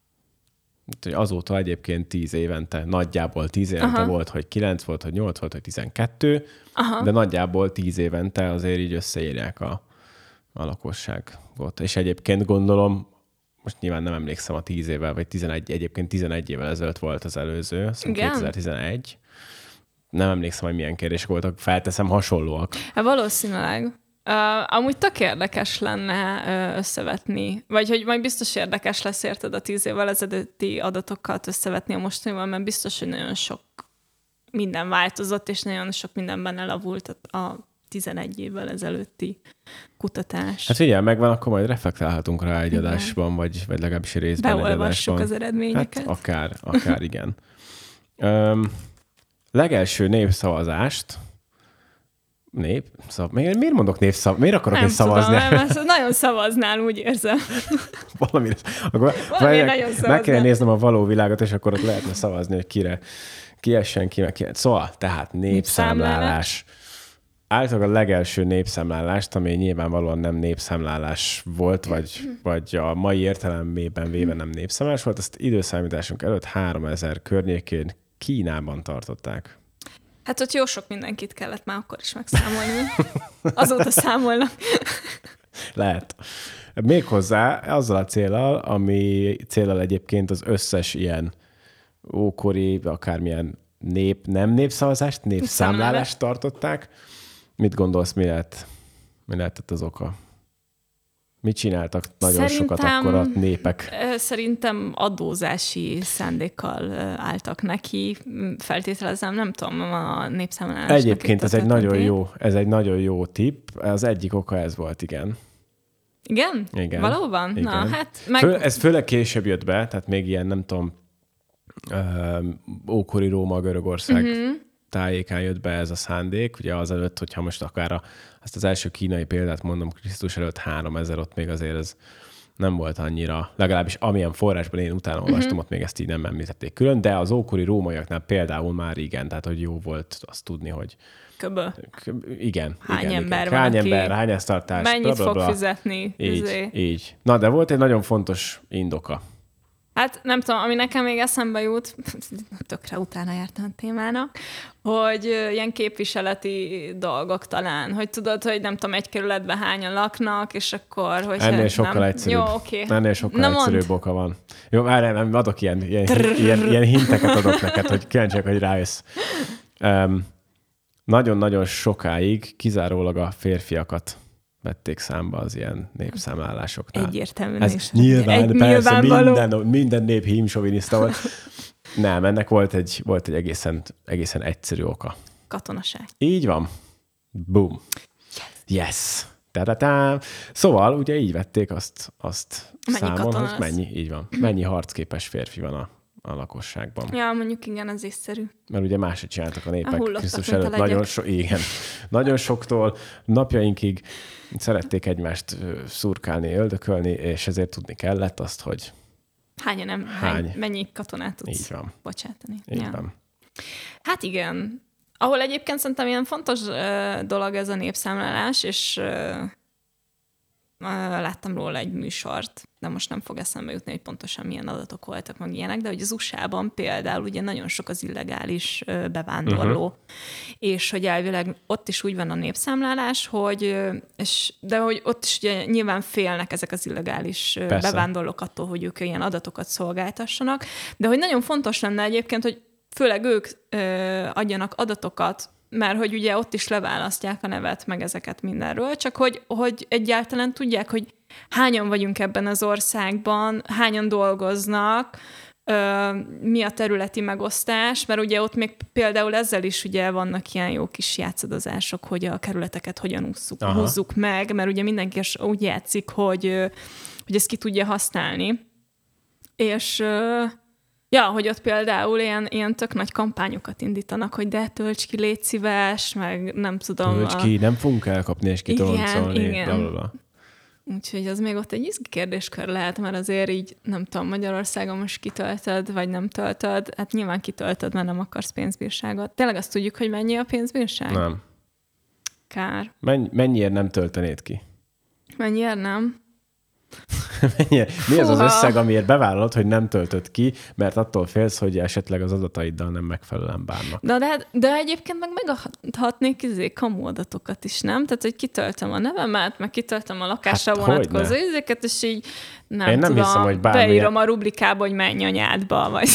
S1: Azóta egyébként tíz évente, nagyjából tíz évente Aha. volt, hogy kilenc volt, hogy nyolc volt, hogy tizenkettő, Aha. de nagyjából tíz évente azért így összeírják a, a lakosságot. És egyébként gondolom, most nyilván nem emlékszem a tíz évvel, vagy tizenegy, egyébként tizenegy évvel ezelőtt volt az előző, azt kétezer-tizenegy. Nem emlékszem, hogy milyen kérdések voltak, felteszem, hasonlóak.
S2: Hát valószínűleg. Uh, amúgy tök érdekes lenne uh, összevetni, vagy hogy majd biztos érdekes lesz, érted, a tíz évvel ezelőtti adatokat összevetni a mostanival, mert biztos, hogy nagyon sok minden változott, és nagyon sok mindenben elavult a tizenegy évvel ezelőtti kutatás.
S1: Hát figyelj, megvan, akkor majd reflektálhatunk rá egy igen. adásban, vagy, vagy legalábbis részben egy adásban.
S2: Beolvassuk az eredményeket.
S1: Hát akár, akár igen. Um, legelső népszavazást Nép? Szav... Miért mondok népszav... Miért akarok én szavazni?
S2: Nem tudom, nem, nagyon szavaznál, úgy érzem.
S1: Valami akkor Valami meg, nagyon meg kéne néznem a való világot, és akkor ott lehetne szavazni, hogy kire kiessen, ki meg ki. Szóval, tehát népszámlálás. Állítólag a legelső népszámlálást, ami nyilvánvalóan nem népszámlálás volt, vagy, vagy a mai értelemében véve nem népszámlálás volt, azt időszámításunk előtt háromezer környékén Kínában tartották.
S2: Hát ott jó sok mindenkit kellett már akkor is megszámolni. Azóta számolnak.
S1: Lehet. Méghozzá azzal a céllal, ami céllal egyébként az összes ilyen ókori, akármilyen nép, nem népszavazást, népszámlálást tartották. Mit gondolsz, mi, lehet, mi lehetett az oka? Mit csináltak nagyon szerintem, sokat akkor a népek?
S2: Szerintem adózási szándékkal álltak neki. Feltételezem, nem tudom, a népszámlálásnak.
S1: Egyébként ez egy, nagyon jó, ez egy nagyon jó tipp. Az egyik oka ez volt, igen.
S2: Igen?
S1: Igen.
S2: Valóban? Igen. Na, hát meg...
S1: Föl, ez főleg később jött be, tehát még ilyen, nem tudom, ókori Róma, Görögország uh-huh. tájékán jött be ez a szándék. Ugye azelőtt, hogyha most akár a, azt az első kínai példát mondom, Krisztus előtt háromezer, ott még azért ez nem volt annyira, legalábbis amilyen forrásban én utána olvastam, uh-huh. ott még ezt így nem említették külön, de az ókori rómaiaknál például már igen, tehát hogy jó volt azt tudni, hogy
S2: Köbö.
S1: Igen.
S2: Hány
S1: igen,
S2: ember
S1: igen.
S2: van,
S1: Hány
S2: aki
S1: ember, hány esztartás.
S2: Mennyit
S1: bla, bla, bla.
S2: fog fizetni.
S1: Így,
S2: izé.
S1: így. Na, de volt egy nagyon fontos indoka.
S2: Hát nem tudom, ami nekem még eszembe jut, tökre utána jártam a témának, hogy ilyen képviseleti dolgok talán, hogy tudod, hogy nem tudom, egy kerületben hányan laknak, és akkor... Hogy
S1: Ennél sokkal
S2: nem...
S1: egyszerűbb.
S2: Jó, oké. Okay.
S1: Ennél sokkal Na egyszerűbb oka van. Jó, már nem adok ilyen, ilyen, ilyen, ilyen hinteket adok neked, hogy kíváncsiak, hogy rájössz. Um, nagyon-nagyon sokáig kizárólag a férfiakat vették számba az ilyen népszámlálásoknál.
S2: Egyértelműen
S1: Ez
S2: is.
S1: nyilván,
S2: egy
S1: persze, minden, minden nép hímsoviniszta volt. Nem, ennek volt egy, volt egy egészen, egészen egyszerű oka.
S2: Katonaság.
S1: Így van. Boom. Yes. yes. Ta-ta-ta. Szóval ugye így vették azt, azt
S2: mennyi
S1: számon, hogy mennyi, így van, mennyi harcképes férfi van a a lakosságban.
S2: Ja, mondjuk igen, ez észszerű.
S1: Mert ugye máshogy csináltak a népek Krisztus előtt. Nagyon, so, igen, nagyon soktól napjainkig szerették egymást szurkálni, öldökölni, és ezért tudni kellett azt, hogy
S2: hány nem, hány, hány mennyi katonát tudsz
S1: így van.
S2: bocsátani.
S1: Így
S2: ja.
S1: van.
S2: Hát igen. ahol egyébként szerintem ilyen fontos uh, dolog ez a népszámlálás, és uh, uh, láttam róla egy műsort, de most nem fog eszembe jutni, hogy pontosan milyen adatok voltak, meg ilyenek, de hogy az u es á-ban például ugye nagyon sok az illegális uh, bevándorló, uh-huh. és hogy elvileg ott is úgy van a népszámlálás, hogy, és, de hogy ott is ugye nyilván félnek ezek az illegális uh, bevándorlók attól, hogy ők ilyen adatokat szolgáltassanak, de hogy nagyon fontos lenne egyébként, hogy főleg ők ö, adjanak adatokat, mert hogy ugye ott is leválasztják a nevet, meg ezeket mindenről, csak hogy, hogy egyáltalán tudják, hogy hányan vagyunk ebben az országban, hányan dolgoznak, ö, mi a területi megosztás, mert ugye ott még például ezzel is ugye vannak ilyen jó kis játszadozások, hogy a kerületeket hogyan ússzuk, húzzuk meg, mert ugye mindenki úgy játszik, hogy, hogy ezt ki tudja használni. És... Ö, Ja, hogy ott például ilyen, ilyen tök nagy kampányokat indítanak, hogy de tölts ki, légy szíves, meg nem tudom.
S1: Tölts ki, a... nem fogunk elkapni és kitoloncolni.
S2: Igen, igen. Úgyhogy az még ott egy izgi kérdéskör lehet, mert azért így, nem tudom, Magyarországon most kitöltöd, vagy nem töltöd. Hát nyilván kitöltöd, mert nem akarsz pénzbírságot. Tényleg azt tudjuk, hogy mennyi a pénzbírság?
S1: Nem.
S2: Kár.
S1: Mennyi, mennyiért nem töltenéd ki?
S2: Mennyiért nem?
S1: Mi az az összeg, amiért bevállalod, hogy nem töltöd ki, mert attól félsz, hogy esetleg az adataiddal nem megfelelően bánnak.
S2: De, de, de egyébként meg megadhatnék izé kamu adatokat is, nem? Tehát, hogy kitöltöm a nevemet, meg kitöltöm a lakásra hát, vonatkozó izéket, és így nem,
S1: Én nem
S2: tudom,
S1: hiszem, hogy bármilyen...
S2: beírom a rublikába, hogy menj anyádba, vagy...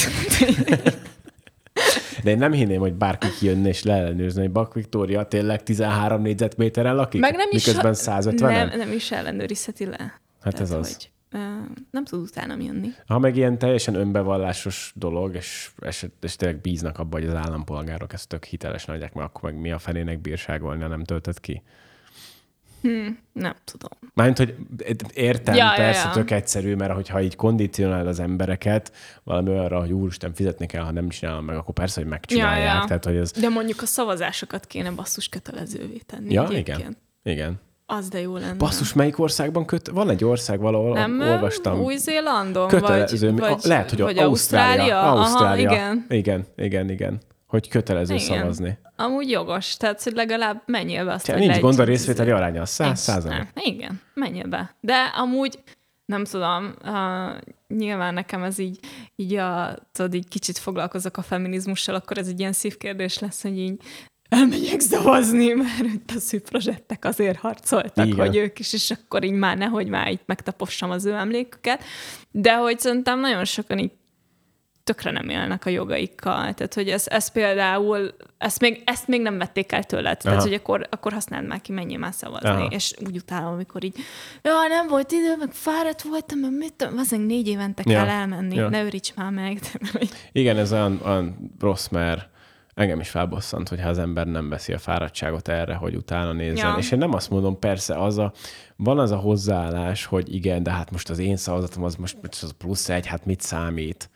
S1: De én nem hinném, hogy bárki kijönne és leellenőrzni, hogy Bak Viktória tényleg tizenhárom négyzetméteren lakik,
S2: meg nem is
S1: miközben százötvenen?
S2: Nem, nem is ellenőrizheti le.
S1: Hát
S2: Tehát,
S1: ez az.
S2: Hogy, uh, nem tud utána jönni.
S1: Ha meg ilyen teljesen önbevallásos dolog, és, és, és tényleg bíznak abba, hogy az állampolgárok ezt tök hitelesen adják, mert akkor meg mi a fenének bírságolni, ha nem töltött ki?
S2: Hmm, nem tudom.
S1: Mármint, hogy értem,
S2: ja,
S1: persze
S2: ja, ja.
S1: tök egyszerű, mert hogyha így kondicionál az embereket valami olyanra, hogy úristen fizetni kell, ha nem csinálom meg, akkor persze, hogy megcsinálják.
S2: Ja, ja.
S1: Tehát, hogy ez...
S2: De mondjuk a szavazásokat kéne basszus kötelezővé tenni.
S1: Ja,
S2: egyébként.
S1: igen. Igen.
S2: Az de jó lenne.
S1: Basszus, melyik országban köt? Van egy ország valahol,
S2: nem,
S1: olvastam.
S2: Új-Zélandon?
S1: Kötelező,
S2: vagy, vagy,
S1: lehet, hogy
S2: vagy
S1: Ausztrália.
S2: Ausztrália?
S1: Ausztrália.
S2: Aha, igen.
S1: Igen, igen, igen. Hogy kötelező igen. szavazni.
S2: Amúgy jogos, tehát hogy legalább menjél be azt,
S1: Te,
S2: hogy
S1: nincs gond a
S2: egy...
S1: részvételi aránya, száz százalék.
S2: Igen, menjél be. De amúgy nem tudom, uh, nyilván nekem ez így, így, a, tudod, így kicsit foglalkozok a feminizmussal, akkor ez egy ilyen szívkérdés lesz, hogy így elmegyek szavazni, mert a szűprozsettek azért harcoltak, igen. hogy ők is, és akkor így már nehogy már így megtapossam az ő emléküket. De hogy szerintem nagyon sokan így tökre nem élnek a jogaikkal. Tehát, hogy ez, ez például, ezt még, ezt még nem vették el tőled. Aha. Tehát, hogy akkor, akkor használd már ki, menjél már szavazni. Aha. És úgy utálom, amikor így, ja, nem volt idő, meg fáradt voltam, mert mit tudom, azért négy évente kell ja. elmenni, ja. ne öríts már meg.
S1: Igen, ez olyan, olyan rossz, mert engem is felbosszant, hogyha az ember nem veszi a fáradtságot erre, hogy utána nézzen. Ja. És én nem azt mondom, persze, az a, van az a hozzáállás, hogy igen, de hát most az én szavazatom az most az plusz egy, hát mit számít?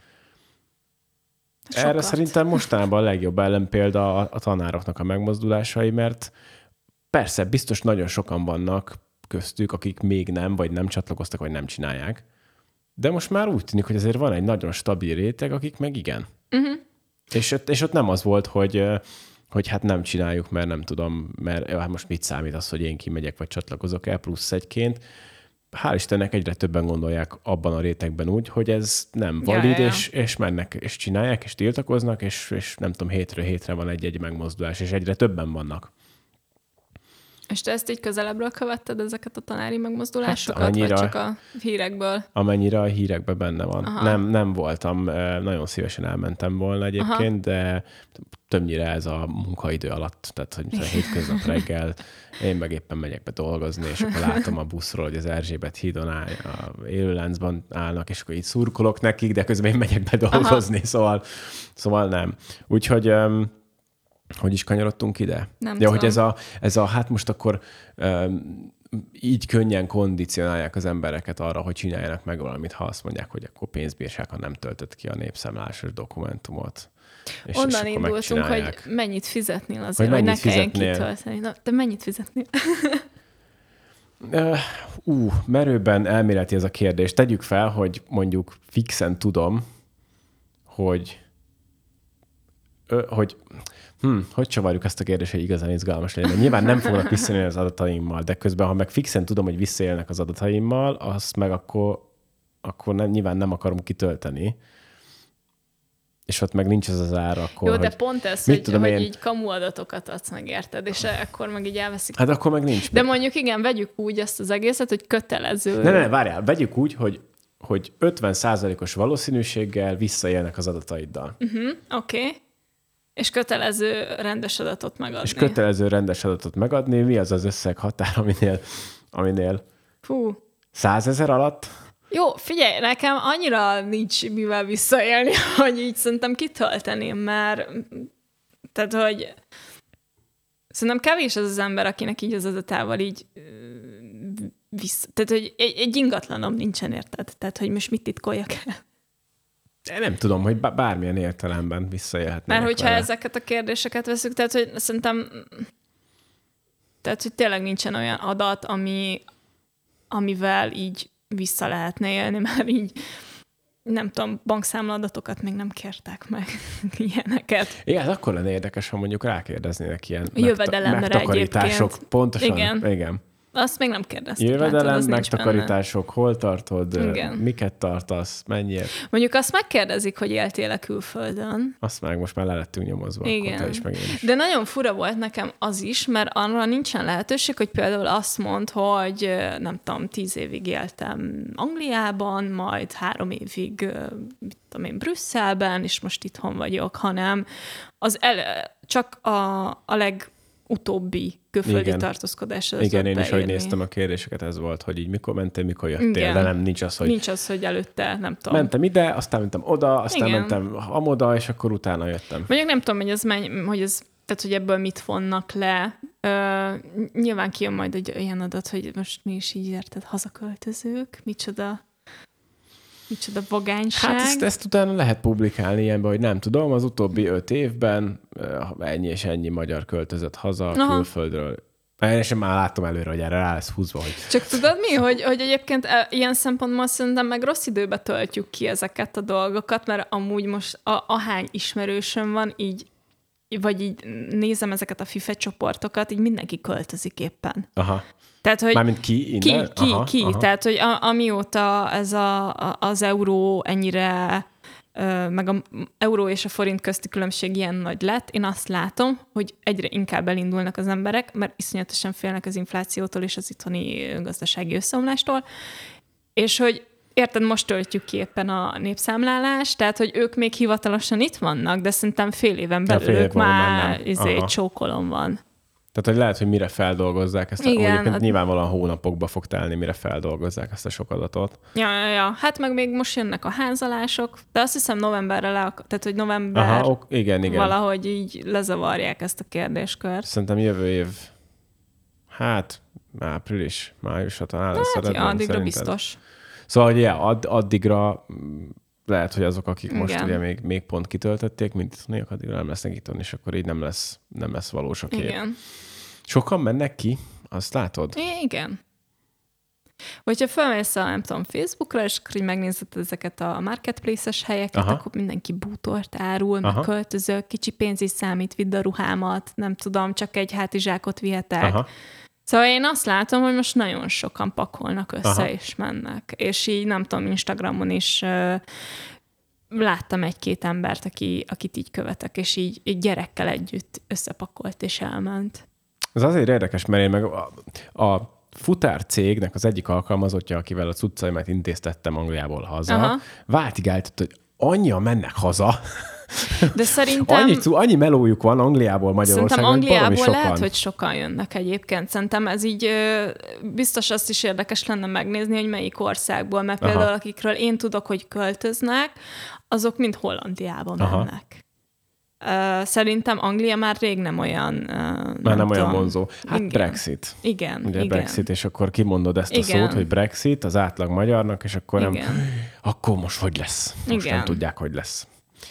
S1: Sokat. Erre szerintem mostanában a legjobb ellenpélda a, a tanároknak a megmozdulásai, mert persze, biztos nagyon sokan vannak köztük, akik még nem, vagy nem csatlakoztak, vagy nem csinálják. De most már úgy tűnik, hogy azért van egy nagyon stabil réteg, akik meg igen. Uh-huh. És, ott, és ott nem az volt, hogy, hogy hát nem csináljuk, mert nem tudom, mert hát most mit számít az, hogy én kimegyek, vagy csatlakozok el plusz egyként. Hál' Istennek egyre többen gondolják abban a rétegben úgy, hogy ez nem valid, ja, ja. És, és mennek, és csinálják, és tiltakoznak, és, és nem tudom, hétről hétre van egy-egy megmozdulás, és egyre többen vannak.
S2: És te ezt így közelebbről követted, ezeket a tanári megmozdulásokat, hát
S1: amennyire,
S2: vagy csak a hírekből?
S1: Amennyire a hírekben benne van. Nem, nem voltam, nagyon szívesen elmentem volna egyébként, Aha. de többnyire ez a munkaidő alatt, tehát hogy hétköznap reggel, én meg éppen megyek be dolgozni, és akkor látom a buszról, hogy az Erzsébet hídon áll, a élőláncban állnak, és akkor így szurkolok nekik, de közben én megyek be dolgozni, szóval, szóval nem. Úgyhogy... Hogy is kanyarodtunk ide?
S2: Nem
S1: ja, hogy ez a, ez a, hát most akkor um, így könnyen kondicionálják az embereket arra, hogy csináljanak meg valamit, ha azt mondják, hogy akkor pénzbírság, ha nem töltött ki a népszámlálásos dokumentumot. És
S2: onnan és indultunk, hogy mennyit fizetnél azért, hogy, hogy ne kelljen kitölteni. Na, de mennyit fizetnél?
S1: uh, uh, merőben elméleti ez a kérdés. Tegyük fel, hogy mondjuk fixen tudom, hogy, ö, hogy Hm, hogy csavarjuk ezt a kérdést, hogy igazán izgalmas legyen? Nyilván nem fognak visszaélni az adataimmal, de közben, ha meg fixen tudom, hogy visszaélnek az adataimmal, azt meg akkor, akkor nem, nyilván nem akarom kitölteni. És ott meg nincs az az ára, akkor...
S2: Jó, de pont ez, hogy, hogy én... így kamu adatokat adsz meg, érted? És akkor meg így elveszik.
S1: Hát akkor meg nincs.
S2: De mondjuk igen, vegyük úgy ezt az egészet, hogy kötelező.
S1: Ne, ne, ne, várjál, vegyük úgy, hogy, hogy ötven százalékos valószínűséggel visszaélnek az adataiddal.
S2: Uh-huh, oké. Okay. És kötelező rendes adatot megadni.
S1: És kötelező rendes adatot megadni. Mi az az összeg határ, aminél, aminél
S2: Fú.
S1: százezer alatt?
S2: Jó, figyelj, nekem annyira nincs mivel visszaélni, hogy így szerintem kitölteném, mert tehát, hogy szerintem kevés az az ember, akinek így az adatával így vissza... Tehát, hogy egy, egy ingatlanom nincsen, érted? Tehát, hogy most mit titkoljak el?
S1: Én nem tudom, hogy bármilyen értelemben visszaélhetnének.
S2: Mert hogyha
S1: vele.
S2: ezeket a kérdéseket veszük, tehát, hogy szerintem tehát, hogy tényleg nincsen olyan adat, ami, amivel így vissza lehetne élni, mert így nem tudom, bankszámlaadatokat még nem kértek meg ilyeneket.
S1: Igen, akkor lenne érdekes, ha mondjuk rákérdeznének ilyen
S2: jövedelemre
S1: megtakarítások.
S2: Egyébként.
S1: Pontosan,
S2: igen.
S1: igen.
S2: Azt még nem kérdeztük.
S1: Jövedelem,
S2: látod,
S1: megtakarítások, hol tartod,
S2: igen.
S1: miket tartasz, mennyiért.
S2: Mondjuk azt megkérdezik, hogy éltél-e külföldön.
S1: Azt meg most már le lettünk nyomozva.
S2: Igen.
S1: Is, meg is.
S2: De nagyon fura volt nekem az is, mert arra nincsen lehetőség, hogy például azt mond, hogy nem tudom, tíz évig éltem Angliában, majd három évig, mit tudom én, Brüsszelben, és most itthon vagyok, hanem az ele, csak a, a leg utóbbi külföldi
S1: igen.
S2: tartózkodásra.
S1: Igen, én is,
S2: beírni.
S1: hogy néztem a kérdéseket, ez volt, hogy így mikor mentél, mikor jöttél, igen. De nem nincs az, hogy...
S2: Nincs az, hogy előtte, nem tudom.
S1: Mentem ide, aztán mentem oda, aztán igen. mentem amoda, és akkor utána jöttem.
S2: Mondjuk nem tudom, hogy ez, menny, hogy ez tehát, hogy ebből mit vonnak le. Ö, nyilván kijön majd egy olyan adat, hogy most mi is így érted, hazaköltözők, micsoda Micsoda vagányság.
S1: Hát ezt, ezt utána lehet publikálni ilyenben, hogy nem tudom, az utóbbi öt évben ennyi és ennyi magyar költözött haza a külföldről. Én sem már láttam előre, hogy erre rá lesz húzva. Hogy...
S2: Csak tudod mi, hogy, hogy egyébként ilyen szempontból szerintem meg rossz időbe töltjük ki ezeket a dolgokat, mert amúgy most a, ahány ismerősöm van, így vagy így nézem ezeket a FIFA csoportokat, így mindenki költözik éppen.
S1: Aha.
S2: Tehát, hogy
S1: mármint ki innen?
S2: Ki, ki,
S1: aha,
S2: ki.
S1: Aha.
S2: Tehát, hogy a, amióta ez a, a, az euró ennyire, ö, meg az euró és a forint közti különbség ilyen nagy lett, én azt látom, hogy egyre inkább elindulnak az emberek, mert iszonyatosan félnek az inflációtól és az itthoni gazdasági összeomlástól, és hogy érted, most töltjük ki éppen a népszámlálást, tehát, hogy ők még hivatalosan itt vannak, de szerintem fél éven belül fél ők már izé, csókolom van.
S1: Tehát, hogy lehet, hogy mire feldolgozzák ezt, igen, a, a... nyilvánvalóan hónapokba fog telni, mire feldolgozzák ezt a sok adatot.
S2: Ja, ja, ja. Hát meg még most jönnek a házalások, de azt hiszem novemberre le, tehát, hogy november
S1: Aha, ok, igen, igen.
S2: valahogy így lezavarják ezt a kérdéskört.
S1: Szerintem jövő év, hát április, májusra talán lesz
S2: hát, ja, addigra biztos.
S1: Szóval, hogy ja, add, addigra lehet, hogy azok, akik igen. most ugye még, még pont kitöltötték, mint itthoniak, addigra nem lesznek itthon, és akkor így nem lesz, nem lesz valós a kép. Igen. Sokan mennek ki, azt látod?
S2: Igen. Hogyha felmész a, nem tudom, Facebookra, és akkor így megnézed ezeket a marketplace-es helyeket, aha. akkor mindenki bútort árul, aha. meg költözök, kicsi pénz is számít, vidd a ruhámat, nem tudom, csak egy hátizsákot vihetek. Aha. Szóval én azt látom, hogy most nagyon sokan pakolnak össze, aha. és mennek. És így, nem tudom, Instagramon is uh, láttam egy-két embert, aki, akit így követek, és így, így gyerekkel együtt összepakolt és elment.
S1: Ez azért érdekes, mert én meg a, a futár cégnek az egyik alkalmazottja, akivel a cuccaimat intéztettem Angliából haza, aha. váltigáltott, hogy annyian mennek haza,
S2: de szerintem...
S1: annyi, annyi melójuk van Angliából, Magyarországon,
S2: szerintem Angliából lehet, hogy sokan jönnek egyébként. Szerintem ez így biztos azt is érdekes lenne megnézni, hogy melyik országból, mert aha. például akikről én tudok, hogy költöznek, azok mind Hollandiába aha. mennek. Szerintem Anglia már rég nem olyan...
S1: Már nem, nem olyan vonzó. Hát igen. Brexit.
S2: Igen,
S1: Ugye
S2: igen.
S1: Brexit, és akkor kimondod ezt igen. a szót, hogy Brexit az átlag magyarnak, és akkor igen. nem... Akkor most hogy lesz? Most igen. nem tudják, hogy lesz.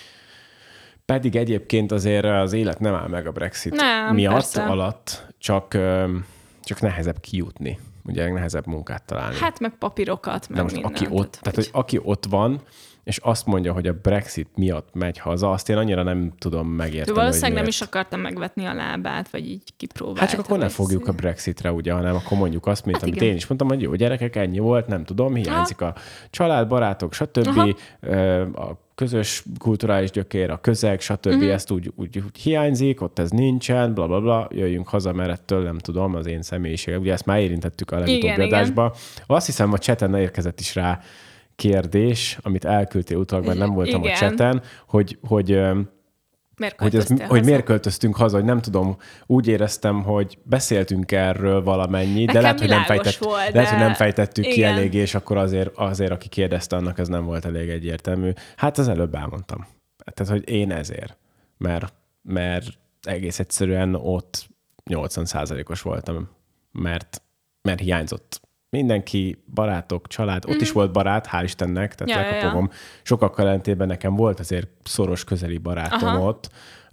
S1: Pedig egyébként azért az élet nem áll meg a Brexit
S2: nem,
S1: miatt
S2: persze.
S1: alatt, csak, csak nehezebb kijutni. ugye nehezebb munkát találni.
S2: Hát meg papírokat, meg
S1: de most
S2: mindent.
S1: aki ott, tehát, tehát, hogy aki ott van, és azt mondja, hogy a Brexit miatt megy haza, azt én annyira nem tudom megérteni.
S2: De valószínűleg nem is akartam megvetni a lábát, vagy így kipróbálta.
S1: Hát csak akkor ne fogjuk a Brexitre, ugye, hanem akkor mondjuk azt, mint
S2: hát
S1: amit
S2: igen.
S1: én is mondtam, hogy jó gyerekek, ennyi volt, nem tudom, hiányzik a család, barátok, stb. Aha. A közös kulturális gyökér, a közeg, stb. Uh-huh. Ezt úgy, úgy, úgy hiányzik, ott ez nincsen, bla, bla, bla, jöjjünk haza, mert ettől nem tudom, az én személyiségem. Ugye ezt már érintettük a legutóbbi adásba. Azt hiszem, a chaten érkezett is rá kérdés, amit elküldtél utólag, mert nem voltam igen. a chaten, hogy, hogy,
S2: miért
S1: hogy, ez, hogy miért költöztünk haza, hogy nem tudom, úgy éreztem, hogy beszéltünk erről valamennyi,
S2: nekem
S1: de lehet, hogy nem, fejtett,
S2: volt,
S1: lehet,
S2: de...
S1: hogy nem fejtettük
S2: igen.
S1: ki eléggé, és akkor azért, azért, aki kérdezte, annak ez nem volt elég egyértelmű. Hát az előbb elmondtam. Tehát, hogy én ezért. Mert, mert egész egyszerűen ott nyolcvan százalékos voltam, mert, mert hiányzott mindenki, barátok, család, ott mm. is volt barát, hál' Istennek, tehát ja, lekapogom. Ja. Sokakkal ellentétben nekem volt azért szoros, közeli barátom aha. ott,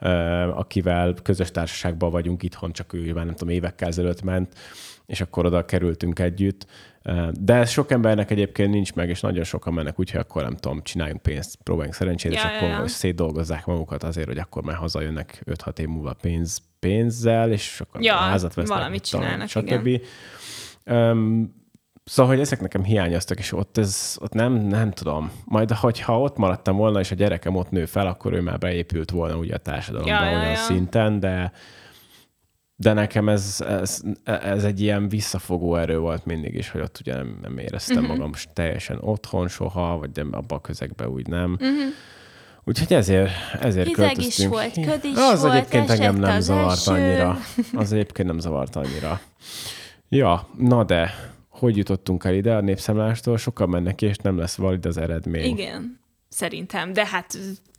S1: akivel közös társaságban vagyunk itthon, csak ő már nem tudom, évekkel ezelőtt ment, és akkor oda kerültünk együtt. De ez sok embernek egyébként nincs meg, és nagyon sokan mennek, úgyhogy akkor nem tudom, csináljunk pénzt, próbáljunk szerencsét, ja, és ja, akkor ja. szétdolgozzák magukat azért, hogy akkor már hazajönnek öt-hat év múlva pénz, pénzzel, és akkor
S2: ja,
S1: házat vesznek,
S2: valamit csinálnak,
S1: stb. Um, Szóval, hogy ezek nekem hiányoztak, és ott, ez, ott nem, nem tudom. Majd, hogyha ott maradtam volna, és a gyerekem ott nő fel, akkor ő már beépült volna ugye a társadalomba ja, olyan ja, ja. szinten, de, de nekem ez, ez, ez egy ilyen visszafogó erő volt mindig is, hogy ott ugye nem, nem éreztem uh-huh. magam teljesen otthon soha, vagy abban a közegben úgy nem. Uh-huh. Úgyhogy ezért, ezért
S2: hideg
S1: költöztünk.
S2: Hideg is volt, köd is
S1: az
S2: volt,
S1: egyébként engem nem
S2: az
S1: zavart
S2: eső.
S1: annyira. Az egyébként nem zavart annyira. Ja, na de... Hogy jutottunk el ide a népszámlálástól? Sokan mennek ki, és nem lesz valid az eredmény.
S2: Igen, szerintem. De hát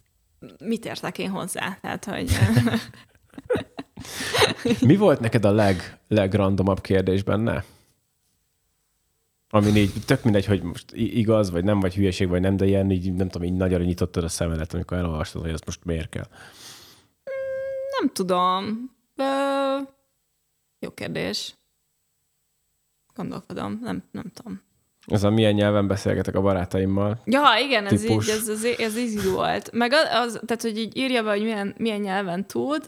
S2: mit értek én hozzá? Tehát, hogy...
S1: Mi volt neked a leg, legrandomabb kérdés benne? Ami így tök mindegy, hogy most igaz, vagy nem, vagy hülyeség, vagy nem, de ilyen így, nem tudom, így nagyon nyitottad a szemedet, amikor elolvastad, hogy ez most miért kell.
S2: Nem tudom. Ö... Jó kérdés. Gondolkodom, nem, nem tudom.
S1: Ez a milyen nyelven beszélgetek a barátaimmal.
S2: Ja, igen, ez, így, ez, ez, ez easy volt. Meg az, az, tehát, hogy így írja be, hogy milyen, milyen nyelven tud.